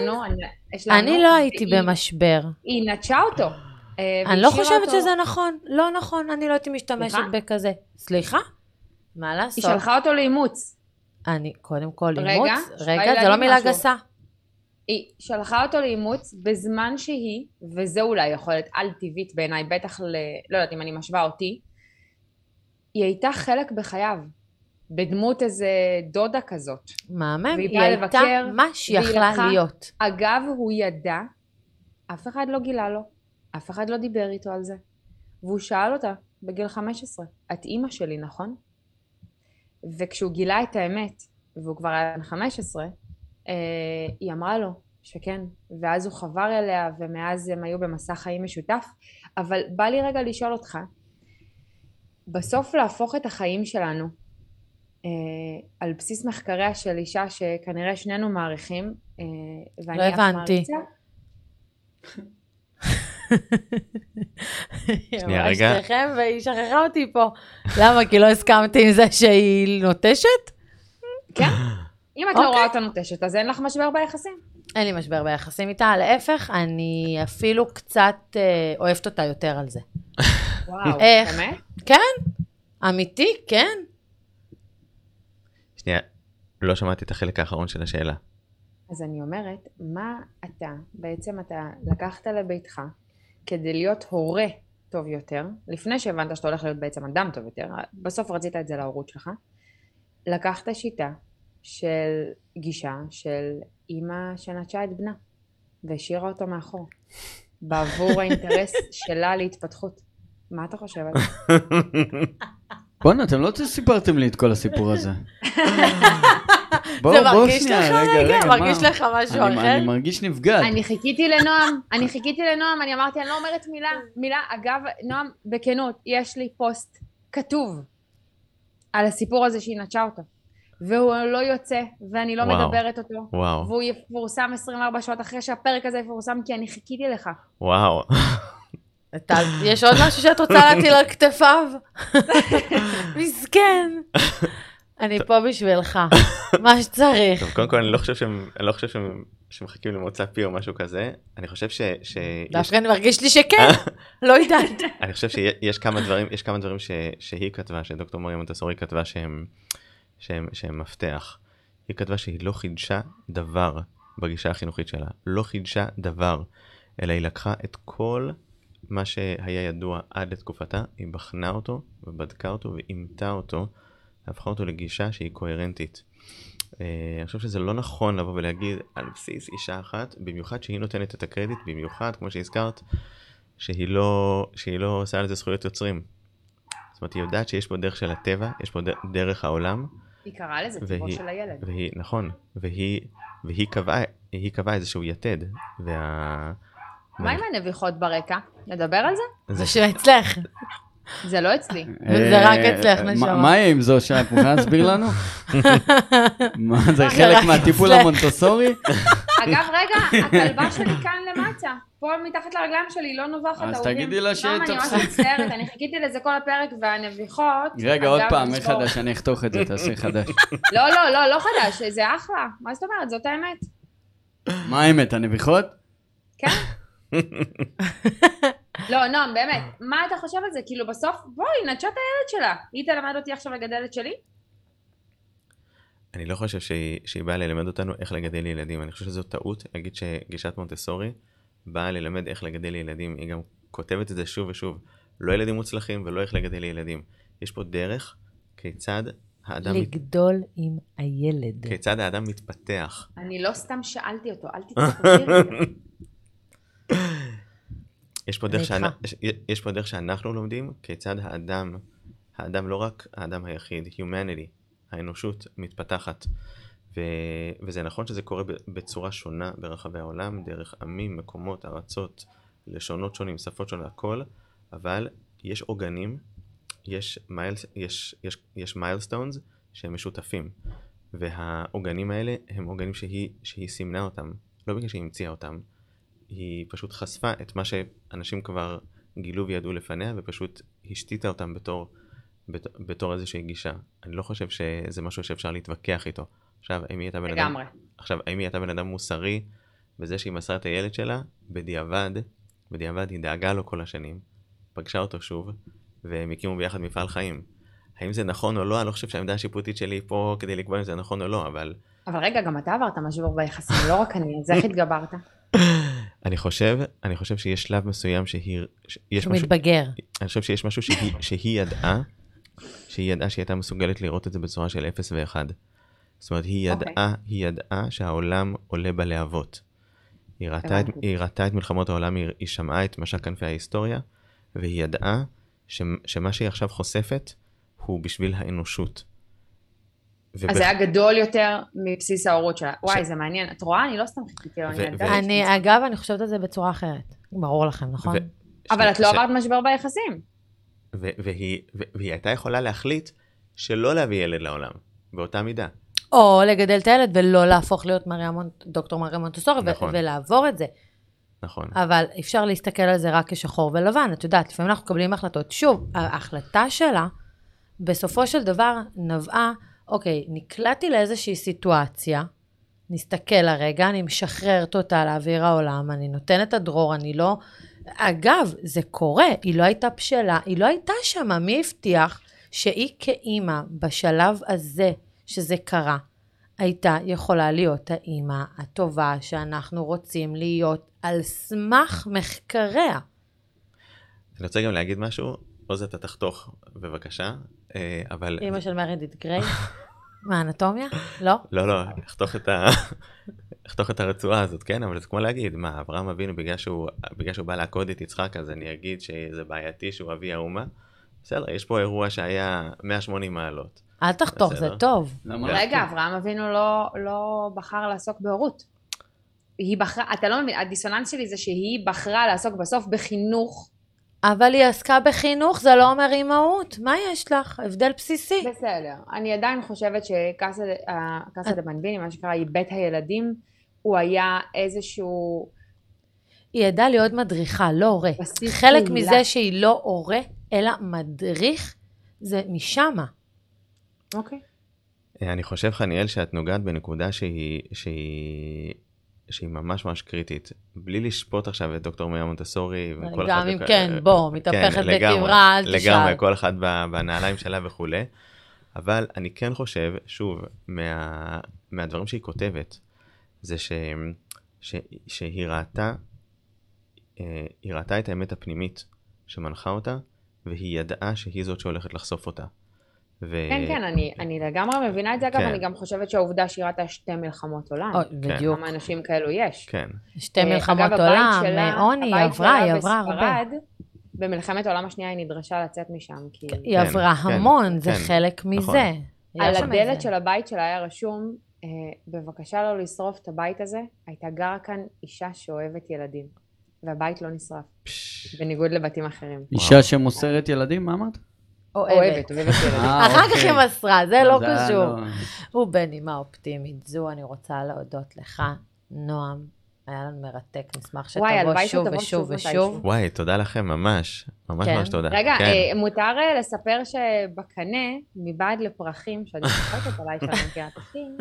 S3: אני לא הייתי במשבר.
S4: היא נטשה אותו.
S3: אני לא חושבת שזה נכון, לא נכון, אני לא הייתי משתמשת בכזה. סליחה? מה לעשות?
S4: היא שלחה אותו לאימוץ.
S3: אני קודם כל אימוץ? רגע, זה לא מילה גסה.
S4: היא שלחה אותו לאימוץ בזמן שהיא, וזה אולי יכולת על טבעית בעיניי, בטח לא יודעת אם אני משווה אותי, היא הייתה חלק בחייו, בדמות איזה דודה כזאת.
S3: מהמם, היא הייתה מה שיכלה להיות.
S4: אגב, הוא ידע, אף אחד לא גילה לו, אף אחד לא דיבר איתו על זה, והוא שאל אותה בגיל 15, את אימא שלי, נכון? וכשהוא גילה את האמת, והוא כבר היה 15, היא אמרה לו שכן, ואז הוא חבר אליה, ומאז הם היו במסע חיים משותף. אבל בא לי רגע לשאול אותך, בסוף להפוך את החיים שלנו על בסיס מחקריה של אישה שכנראה שנינו מעריכים,
S3: לא הבנתי.
S2: שנייה רגע.
S3: והיא שכחה אותי פה. למה? כי לא הסכמתי עם זה שהיא נוטשת?
S4: כן. אם את לא רואה אותה נוטשת, אז אין לך משבר ביחסים?
S3: אין לי משבר ביחסים איתה, להפך, אני אפילו קצת אוהבת אותה יותר על זה.
S4: וואו, באמת?
S3: כן, אמיתי, כן.
S2: שנייה, לא שמעתי את החלק האחרון של השאלה.
S4: אז אני אומרת, מה בעצם אתה לקחת לביתך, כדי להיות הורה טוב יותר, לפני שהבנת שאתה הולך להיות בעצם אדם טוב יותר, בסוף רצית את זה להורות שלך, לקחת שיטה, של גישה של אמא שנטשה את בנה והשאירה אותו מאחור בעבור האינטרס שלה להתפתחות. מה אתה חושב על זה?
S1: בוא'נה, אתם לא סיפרתם לי את כל הסיפור הזה.
S3: זה מרגיש לך רגע? מרגיש לך משהו אחר?
S1: אני מרגיש נפגד.
S4: אני חיכיתי לנועם, אני אמרתי, אני לא אומרת מילה. אגב, נועם, בכנות, יש לי פוסט כתוב על הסיפור הזה שהיא נטשה אותו. והוא לא יוצא, ואני לא מדברת אותו.
S2: וואו.
S4: והוא יפורסם 24 שעות אחרי שהפרק הזה יפורסם, כי אני חיכיתי לך.
S2: וואו.
S3: יש עוד משהו שאת רוצה להטיל על כתפיו? מסכן. אני פה בשבילך. מה שצריך.
S2: טוב, קודם כל, אני לא חושב שהם מחכים למוצא פי או משהו כזה. אני חושב
S3: דווקא אני מרגיש לי שכן. לא יודעת.
S2: אני חושב שיש כמה דברים שהיא כתבה, שדוקטור מריה מונטסורי כתבה שהם מפתח. היא כתבה שהיא לא חידשה דבר בגישה החינוכית שלה. לא חידשה דבר, אלא היא לקחה את כל מה שהיה ידוע עד לתקופתה, היא בחנה אותו ובדקה אותו ואימתה אותו, והפכה אותו לגישה שהיא קוהרנטית. אני חושב שזה לא נכון לבוא ולהגיד על בסיס אישה אחת, במיוחד שהיא נותנת את הקרדיט, במיוחד, כמו שהזכרת, שהיא לא עושה על זה זכויות יוצרים. זאת אומרת, היא יודעת שיש פה דרך של הטבע, יש פה דרך העולם.
S4: היא קראה לזה טבעו של הילד.
S2: נכון, והיא קבעה איזשהו יתד.
S4: מה עם הנביחות ברקע? נדבר על זה?
S3: זה שאצלך.
S4: זה לא אצלי.
S3: זה רק אצלך, נשמה.
S1: מה יהיה עם זו שי? את מוכנה להסביר לנו? מה, זה חלק מהטיפול המונטסורי?
S4: אגב, רגע, הכלבה שלי כאן למטה. פה מתחת לרגליים שלי, לא נובחת
S1: אז תגידי לה
S4: אני ממש מצטערת, אני חיכיתי לזה כל הפרק והנביחות.
S1: רגע, עוד פעם, מחדש, אני אחתוך את זה, תעשי חדש.
S4: לא חדש, זה אחלה. מה זאת אומרת? זאת האמת.
S1: מה האמת, הנביחות?
S4: כן. לא, נועם, באמת, מה אתה חושב על זה? כאילו בסוף, בואי, נטשה את הילד שלה. היא תלמד אותי עכשיו לגדל את שלי?
S2: אני לא חושב שהיא באה ללמד אותנו איך לגדל ילדים. אני חושב שזו טעות להגיד שגישת מונטסורי באה ללמד איך לגדל ילדים. היא גם כותבת את זה שוב ושוב. לא ילדים מוצלחים ולא איך לגדל ילדים. יש פה דרך כיצד האדם...
S3: לגדול עם הילד.
S2: כיצד האדם מתפתח.
S4: אני לא סתם שאלתי אותו, אל תתפתחי את זה.
S2: יש פה דרך שאנחנו לומדים כיצד האדם לא רק האדם היחיד, humanity, האנושות מתפתחת. וזה נכון שזה קורה בצורה שונה ברחבי העולם, דרך עמים, מקומות, ארצות, לשונות שונים, שפות שונות, הכל, אבל יש עוגנים, יש מיילסטונס שהם משותפים, והעוגנים האלה הם עוגנים שהיא סימנה אותם, לא בגלל שהיא המציאה אותם, היא פשוט חשפה את מה שאנשים כבר גילו וידעו לפניה, ופשוט השתיתה אותם בתור איזושהי גישה. אני לא חושב שזה משהו שאפשר להתווכח איתו. עכשיו, האם היא הייתה בן אדם מוסרי, וזה שהיא מסרה את הילד שלה, בדיעבד היא דאגה לו כל השנים, פגשה אותו שוב, והם הקימו ביחד מפעל חיים. האם זה נכון או לא? אני לא חושב שהעמדה השיפוטית שלי פה כדי לקבוע אם זה נכון או לא, אבל
S4: רגע, גם אתה עברת משבר ביחסים, לא רק אני, אז איך התגברת?
S2: אני חושב שיש שלב מסוים שהוא
S3: מתבגר.
S2: אני חושב שיש משהו שהיא ידעה שהיא הייתה מסוגלת לראות את זה בצורה של 0 ו-1. זאת אומרת, היא ידעה שהעולם עולה בלהבות. היא ראתה את מלחמות העולם, היא שמעה את משק כנפי ההיסטוריה, והיא ידעה שמה שהיא עכשיו חושפת הוא בשביל האנושות.
S4: אז זה היה גדול יותר מבסיס ההורות שלה. וואי, זה מעניין. את רואה? אני לא סתם חיכיתי לו.
S3: אגב, אני חושבת על זה בצורה אחרת. ברור לכם, נכון?
S4: אבל את לא עברת משבר ביחסים.
S2: והיא הייתה יכולה להחליט שלא להביא ילד לעולם, באותה מידה.
S3: או לגדל את הילד ולא להפוך להיות דוקטור מריה מונטסורי ולעבור את זה.
S2: נכון.
S3: אבל אפשר להסתכל על זה רק כשחור ולבן. את יודעת, לפעמים אנחנו מקבלים החלטות. שוב, ההחלטה שלה, בסופו של דבר, נבעה, אוקיי, נקלעתי לאיזושהי סיטואציה, נסתכל לרגע, אני משחררת אותה לאוויר העולם, אני נותנת הדרור, אני לא... אגב, זה קורה, היא לא הייתה בשלה, היא לא הייתה שמה, מי הבטיח שהיא כאימא בשלב הזה שזה קרה, הייתה יכולה להיות האימא הטובה שאנחנו רוצים להיות על סמך מחקריה. אני
S2: רוצה גם להגיד משהו, עוז אתה תחתוך בבקשה, אבל...
S3: אימא של מרידית גריי? מה, אנטומיה? לא?
S2: לא, אחתוך את הרצועה הזאת, כן? אבל זה כמו להגיד, מה, אברהם אבינו בגלל שהוא בא לעקוד את יצחק, אז אני אגיד שזה בעייתי שהוא אבי האומה? בסדר, יש פה אירוע שהיה 180 מעלות.
S3: אל תחתוך, זה טוב.
S4: רגע, אברהם אבינו לא בחר לעסוק בהורות. היא בחרה, אתה לא מבין, הדיסוננס שלי זה שהיא בחרה לעסוק בסוף בחינוך.
S3: אבל היא עסקה בחינוך, זה לא אומר אימהות. מה יש לך? הבדל בסיסי.
S4: בסדר. אני עדיין חושבת שקאסה דה בנביני, מה שקרה, היא בית הילדים, הוא היה איזשהו...
S3: היא ידעה להיות מדריכה, לא הורה. חלק מזה שהיא לא הורה, אלא מדריך, זה משמה.
S4: אוקיי.
S2: אני חושב, חניאל, שאת נוגעת בנקודה שהיא ממש ממש קריטית. בלי לשפוט עכשיו את דוקטור מריה מונטסורי.
S3: גם אם כן, בוא, מתהפכת בקברה, אל תשאל.
S2: לגמרי, כל אחד בנעליים שלה וכו'. אבל אני כן חושב, שוב, מהדברים שהיא כותבת, זה שהיא ראתה את האמת הפנימית שמנחה אותה, והיא ידעה שהיא זאת שהולכת לחשוף אותה.
S4: כן, אני לגמרי מבינה את זה, אגב, אני גם חושבת שהעובדה שהיא ראתה 2 מלחמות עולם.
S3: בדיוק.
S4: כמה אנשים כאלו יש.
S2: כן.
S3: 2 מלחמות עולם, עוני, היא עברה הרבה.
S4: במלחמת העולם השנייה היא נדרשה לצאת משם.
S3: היא עברה המון, זה חלק מזה.
S4: על הדלת של הבית שלה היה רשום, בבקשה לא לשרוף את הבית הזה, הייתה גרה כאן אישה שאוהבת ילדים. והבית לא נשרף, בניגוד לבתים אחרים.
S1: אישה שמוסרת ילדים, מה אמרת?
S4: אוהבת ילדים.
S3: אחר כך היא מסרה, זה לא
S1: זה
S3: קשור.
S1: לא-
S3: הוא בנימה אופטימית זו, אני רוצה להודות לך, נועם. היה לנו מרתק, נשמח
S4: וואי,
S3: שתבוא
S4: הלוואי
S3: שוב
S4: שתבוא
S3: ושוב
S4: שוב
S3: ושוב.
S4: מתישהו.
S2: וואי, תודה לכם, ממש. ממש
S3: כן.
S2: ממש תודה.
S4: רגע,
S2: כן.
S4: מותר לספר שבקנה, מבעד לפרחים, שאני צוחקת עליי שאני מכירה פרחים,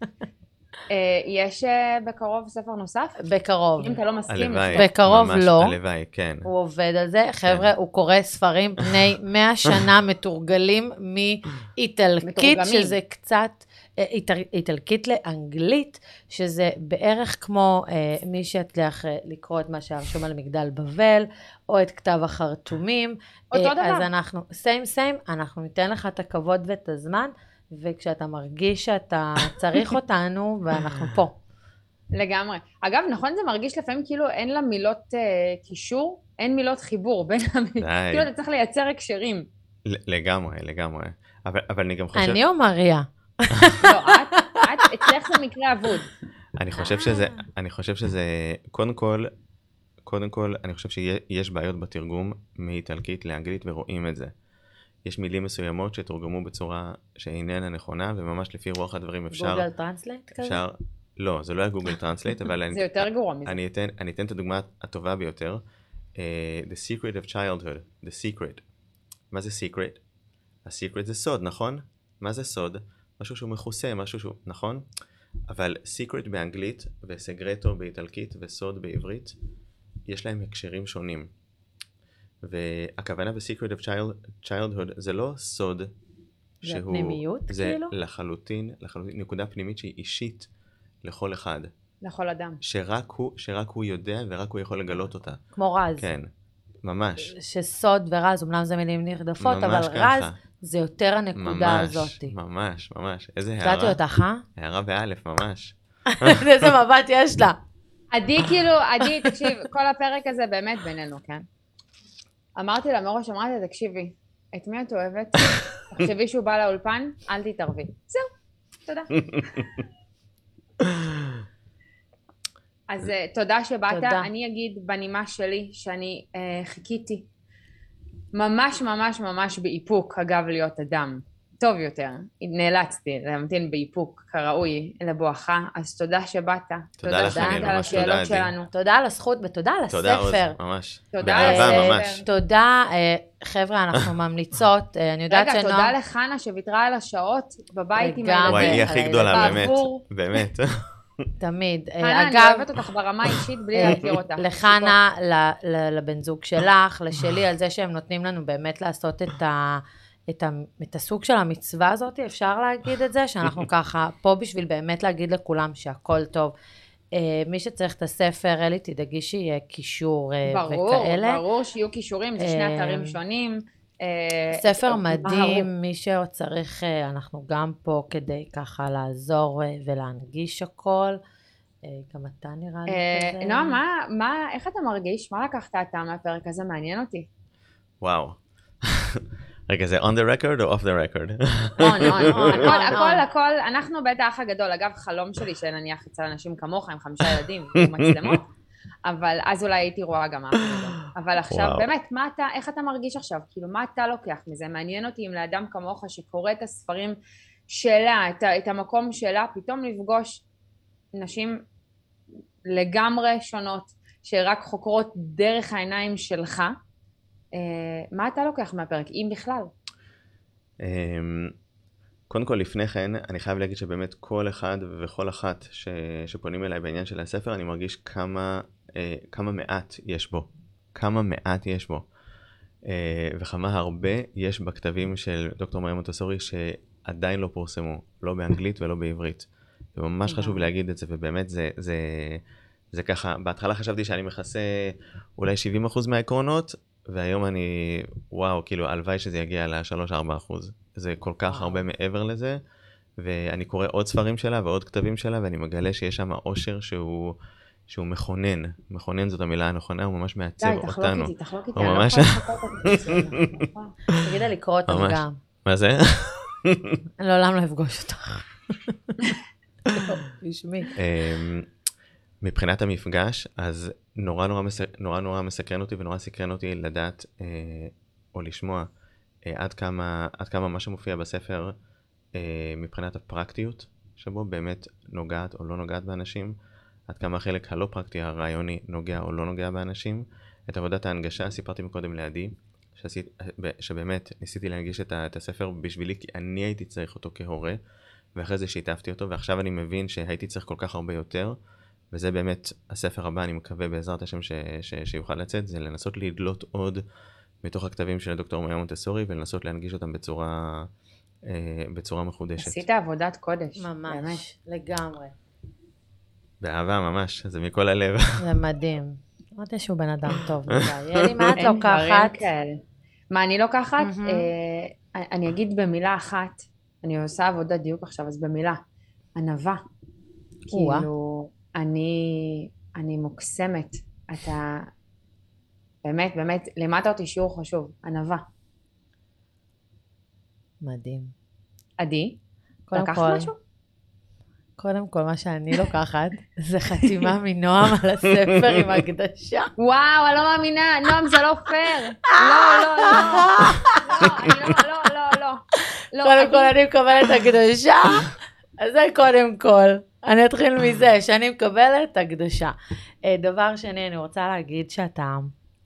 S4: יש בקרוב ספר נוסף?
S3: בקרוב.
S4: אם אתה לא מסכים,
S2: הלוואי.
S3: בקרוב
S2: ממש,
S3: לא.
S2: הלוואי, כן.
S3: הוא עובד על זה. חבר'ה, הוא קורא ספרים בני 100 שנה מתורגלים מאיטלקית,
S4: מתורגמים.
S3: שזה קצת, איטלקית לאנגלית, שזה בערך כמו מי שהצליח לקרוא את מה שרשום על מגדל בבל, או את כתב החרטומים.
S4: אותו דבר.
S3: אז אנחנו, סיים, אנחנו ניתן לך את הכבוד ואת הזמן, וכשאתה מרגיש שאתה צריך אותנו, ואנחנו פה.
S4: לגמרי. אגב, נכון, זה מרגיש לפעמים כאילו אין לה מילות קישור, אין מילות חיבור בין המילים.
S2: די.
S4: כאילו אתה צריך לייצר הקשרים.
S2: לגמרי. אבל אני גם חושב...
S3: אני או מריה?
S4: לא, את, אצלך זה מקרה אבוד.
S2: אני חושב שזה, קודם כל, אני חושב שיש בעיות בתרגום מאיטלקית לאנגלית ורואים את זה. יש מילים מסוימות שתורגמו בצורה שאיננה נכונה, וממש לפי רוח הדברים אפשר...
S3: גוגל טרנסלייט כזה?
S2: לא, זה לא היה גוגל טרנסלייט, אבל
S4: זה יותר גרוע מזה.
S2: אני אתן את הדוגמה הטובה ביותר. The secret of childhood, the secret. מה זה secret? ה-secret זה סוד, נכון? מה זה סוד? משהו שהוא מכוסה, משהו שהוא, נכון? אבל secret באנגלית וסגרטו באיטלקית וסוד בעברית, יש להם הקשרים שונים. והכוונה ב-secret of childhood זה לא סוד
S3: זה פנימיות,
S2: זה
S3: כאילו?
S2: לחלוטין נקודה פנימית שהיא אישית לכל אחד.
S4: לכל אדם.
S2: שרק הוא יודע ורק הוא יכול לגלות אותה.
S3: כמו רז.
S2: כן, ממש.
S3: שסוד ורז, אמנם זה מילים נרדפות, אבל
S2: ממש ככה.
S3: רז זה יותר הנקודה הזאת.
S2: ממש. איזה
S3: קלטתי
S2: הערה.
S3: אותך,
S2: הערה באלף, ממש.
S3: איזה מבט יש לה.
S4: עדי, תקשיב, כל הפרק הזה באמת בינינו, כן? אמרתי לה מראש, תקשיבי, את מי את אוהבת? תחשבי שהוא בא לאולפן, אל תתערבי. זהו, תודה. אז תודה שבאת.
S3: תודה.
S4: אני אגיד בנימה שלי שאני חיכיתי ממש באיפוק, אגב, להיות אדם טוב יותר. נאלצתי להמתין באיפוק כראוי לבואכה, אז תודה שבאת.
S2: תודה לך,
S4: על
S2: ממש תודה,
S4: השאלות
S2: עדי.
S4: שלנו.
S3: תודה על הזכות ותודה על
S2: תודה עוז,
S3: הספר.
S2: ממש.
S4: תודה,
S2: באהבה ממש.
S3: תודה, חבר'ה, אנחנו ממליצות. אני יודעת
S4: רגע,
S3: שנועם...
S4: תודה לחנה שוויתרה על השעות בבית עם הילדים.
S2: וואי, היא הכי גדולה, באמת.
S4: בעבור.
S2: באמת.
S3: תמיד.
S4: חנה, אני
S3: אגב,
S4: אוהבת אותך ברמה האישית בלי להכיר אותך.
S3: לחנה, לבן זוג שלך, לשלי, על זה שהם נותנים לנו באמת לעשות את הסוג של המצווה הזאת, אפשר להגיד את זה, שאנחנו ככה פה בשביל באמת להגיד לכולם שהכל טוב. מי שצריך את הספר, אלי, תדאגי שיהיה קישור וכאלה.
S4: ברור שיהיו קישורים, זה שני אתרים שונים.
S3: ספר מדהים, מי שעוד צריך, אנחנו גם פה כדי ככה לעזור ולהנגיש הכל. גם אתה נראה לי כזה.
S4: נועם, איך אתה מרגיש? מה לקחת אתה מהפרק הזה? מעניין אותי.
S2: וואו. רגע, זה on the record או off the record?
S4: הכל, אנחנו בית האח הגדול. אגב, חלום שלי שנניח אצל אנשים כמוך עם 5 ילדים ומצלמות, אבל אז אולי הייתי רואה גם האח הגדול. אבל עכשיו, באמת, איך אתה מרגיש עכשיו? כאילו, מה אתה לוקח מזה? מעניין אותי אם לאדם כמוך שקורא את הספרים שלה, את המקום שלה, פתאום לפגוש נשים לגמרי שונות, שרק חוקרות דרך העיניים שלך, מה אתה לוקח מהפרק, אם בכלל?
S2: קודם כל, לפני כן, אני חייב להגיד שבאמת כל אחד וכל אחת שפונים אליי בעניין של הספר, אני מרגיש כמה מעט יש בו. כמה מעט יש בו. וכמה הרבה יש בכתבים של דוקטור מריה מונטסורי שעדיין לא פורסמו, לא באנגלית ולא בעברית. וממש חשוב להגיד את זה, ובאמת זה ככה, בהתחלה חשבתי שאני מכסה אולי 70% מהעקרונות, והיום אני, וואו, כאילו, הלוואי שזה יגיע ל3-4%. זה כל כך הרבה מעבר לזה, ואני קורא עוד ספרים שלה ועוד כתבים שלה, ואני מגלה שיש שם עושר שהוא מכונן. מכונן זאת המילה הנכונה, הוא ממש מעצב אותנו.
S4: די, תחלוק איתי,
S2: הוא ממש...
S3: תגידה לקרוא אותם גם.
S2: מה זה?
S3: אני לעולם לא אפגוש אותך. בשמי.
S2: מבחינת המפגש, אז נורא מסקרן אותי ונורא סקרן אותי לדעת או לשמוע עד כמה מה שמופיע בספר מבחינת הפרקטיות שבו באמת נוגעת או לא נוגעת באנשים, עד כמה החלק הלא פרקטי הרעיוני נוגע או לא נוגע באנשים. את עבודת ההנגשה סיפרתי מקודם לידי, שבאמת ניסיתי להנגיש את הספר בשבילי כי אני הייתי צריך אותו כהורה, ואחרי זה שיתפתי אותו, ועכשיו אני מבין שהייתי צריך כל כך הרבה יותר, וזה באמת הספר הבא, אני מקווה בעזרת השם שיוכל לצאת, זה לנסות לדלות עוד מתוך הכתבים של הדוקטור מאיה מונטסורי, ולנסות להנגיש אותם בצורה מחודשת.
S4: עשית עבודת קודש.
S3: ממש, לגמרי.
S2: באהבה ממש, זה מכל הלב.
S3: זה מדהים. אמרתי שהוא בן אדם טוב. יאלי, מה את לוקחת?
S4: מה אני לוקחת? אני אגיד במילה אחת, אני עושה עבודת דיוק עכשיו, אז במילה, ענווה. כאילו, אני מוקסמת. אתה, באמת, לימדת אותי שיעור חשוב, ענווה.
S3: מדהים.
S4: עדי, לקחת משהו?
S3: קודם כל, מה שאני לוקחת, זה חתימה מנועם על הספר עם הקדשה.
S4: וואו, אני לא מאמינה, נועם זה לא פייר. לא.
S3: קודם כל, אני מקבלת הקדשה, אז זה קודם כל. אני אתחיל מזה, שאני מקבלת הקדשה. דבר שני, אני רוצה להגיד שאתה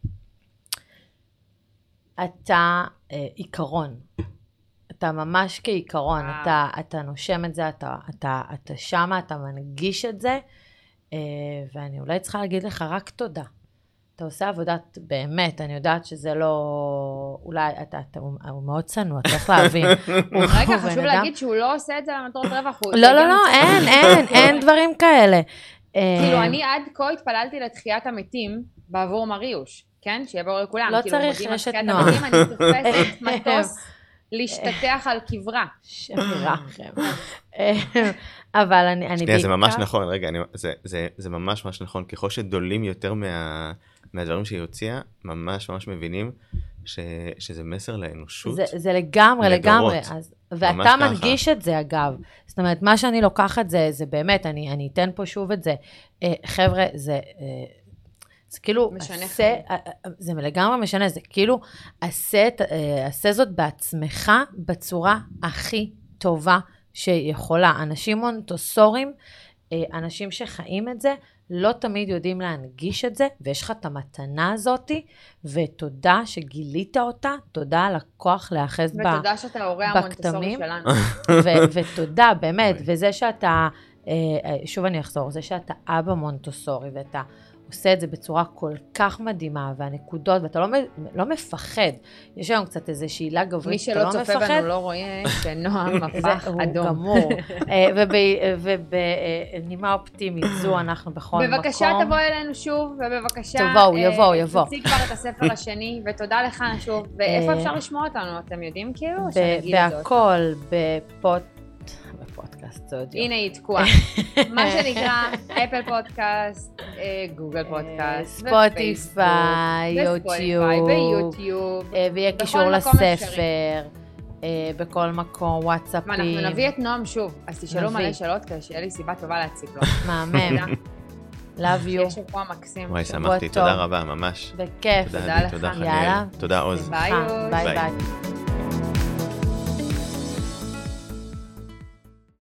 S3: עיקרון. אתה ממש כעיקרון, אתה נושם את זה, אתה שמה, אתה מנגיש את זה, ואני אולי צריכה להגיד לך רק תודה. אתה עושה עבודת באמת, אני יודעת שזה לא, אולי, הוא מאוד צנוע, צריך להבין.
S4: רגע, חשוב להגיד שהוא לא עושה את זה למטרות רווח.
S3: לא, אין דברים כאלה.
S4: כאילו, אני עד כה התפללתי לתחיית המתים בעבור מריוש, כן? שיהיה ברור לכולם.
S3: לא צריך רשת נועם.
S4: אני תופסת מטוס. להשתתח על קברה.
S3: שמירחם. אבל אני בעיקר...
S2: זה ממש נכון, רגע, זה ממש נכון. ככל שדולים יותר מהדברים שהיא הוציאה, ממש מבינים שזה מסר לאנושות.
S3: זה לגמרי. ואתה מנגיש את זה, אגב. זאת אומרת, מה שאני לוקחת זה באמת, אני אתן פה שוב את זה. חבר'ה, זה כאילו, זה לגמרי משנה, זה כאילו, עשה זאת בעצמך בצורה הכי טובה שיכולה. אנשים מונטסורים, אנשים שחיים את זה, לא תמיד יודעים להנגיש את זה, ויש לך את המתנה הזאת, ותודה שגילית אותה, תודה על הכוח להאחז בכתמים.
S4: ותודה שאתה ההורה המונטסורי שלנו.
S3: ותודה, באמת, וזה שאתה, שוב אני אחזור, זה שאתה אבא מונטסורי, ואתה עושה את זה בצורה כל כך מדהימה, והנקודות, ואתה לא מפחד. יש היום קצת איזו שאלה גברית, אתה לא מפחד.
S4: מי שלא צופה בנו לא רואה שנועם הפך אדום.
S3: הוא גמור. ובנימה אופטימית זו אנחנו בכל מקום.
S4: בבקשה תבוא אלינו שוב, ובבקשה...
S3: יבוא.
S4: תציג כבר את הספר השני, ותודה לך שוב. ואיפה אפשר לשמוע אותנו? אתם יודעים כאילו?
S3: בהכל, בפודקאסט,
S4: הנה היא תקועה. מה שנקרא, אפל פודקאסט, גוגל פודקאסט,
S3: ספוטיפיי, יוטיוב, ויהיה קישור לספר, בכל מקום, וואטסאפים.
S4: אנחנו נביא את נועם שוב, אז תשאלו מלא שאלות כדי שיהיה לי סיבה טובה להציג לו.
S3: מהמם. Love you.
S4: יש שבוע מקסים.
S2: וואי, שמחתי, תודה רבה, ממש.
S3: בכיף.
S2: תודה לך.
S3: יאללה.
S2: תודה עוז.
S4: ביי.
S3: ביי.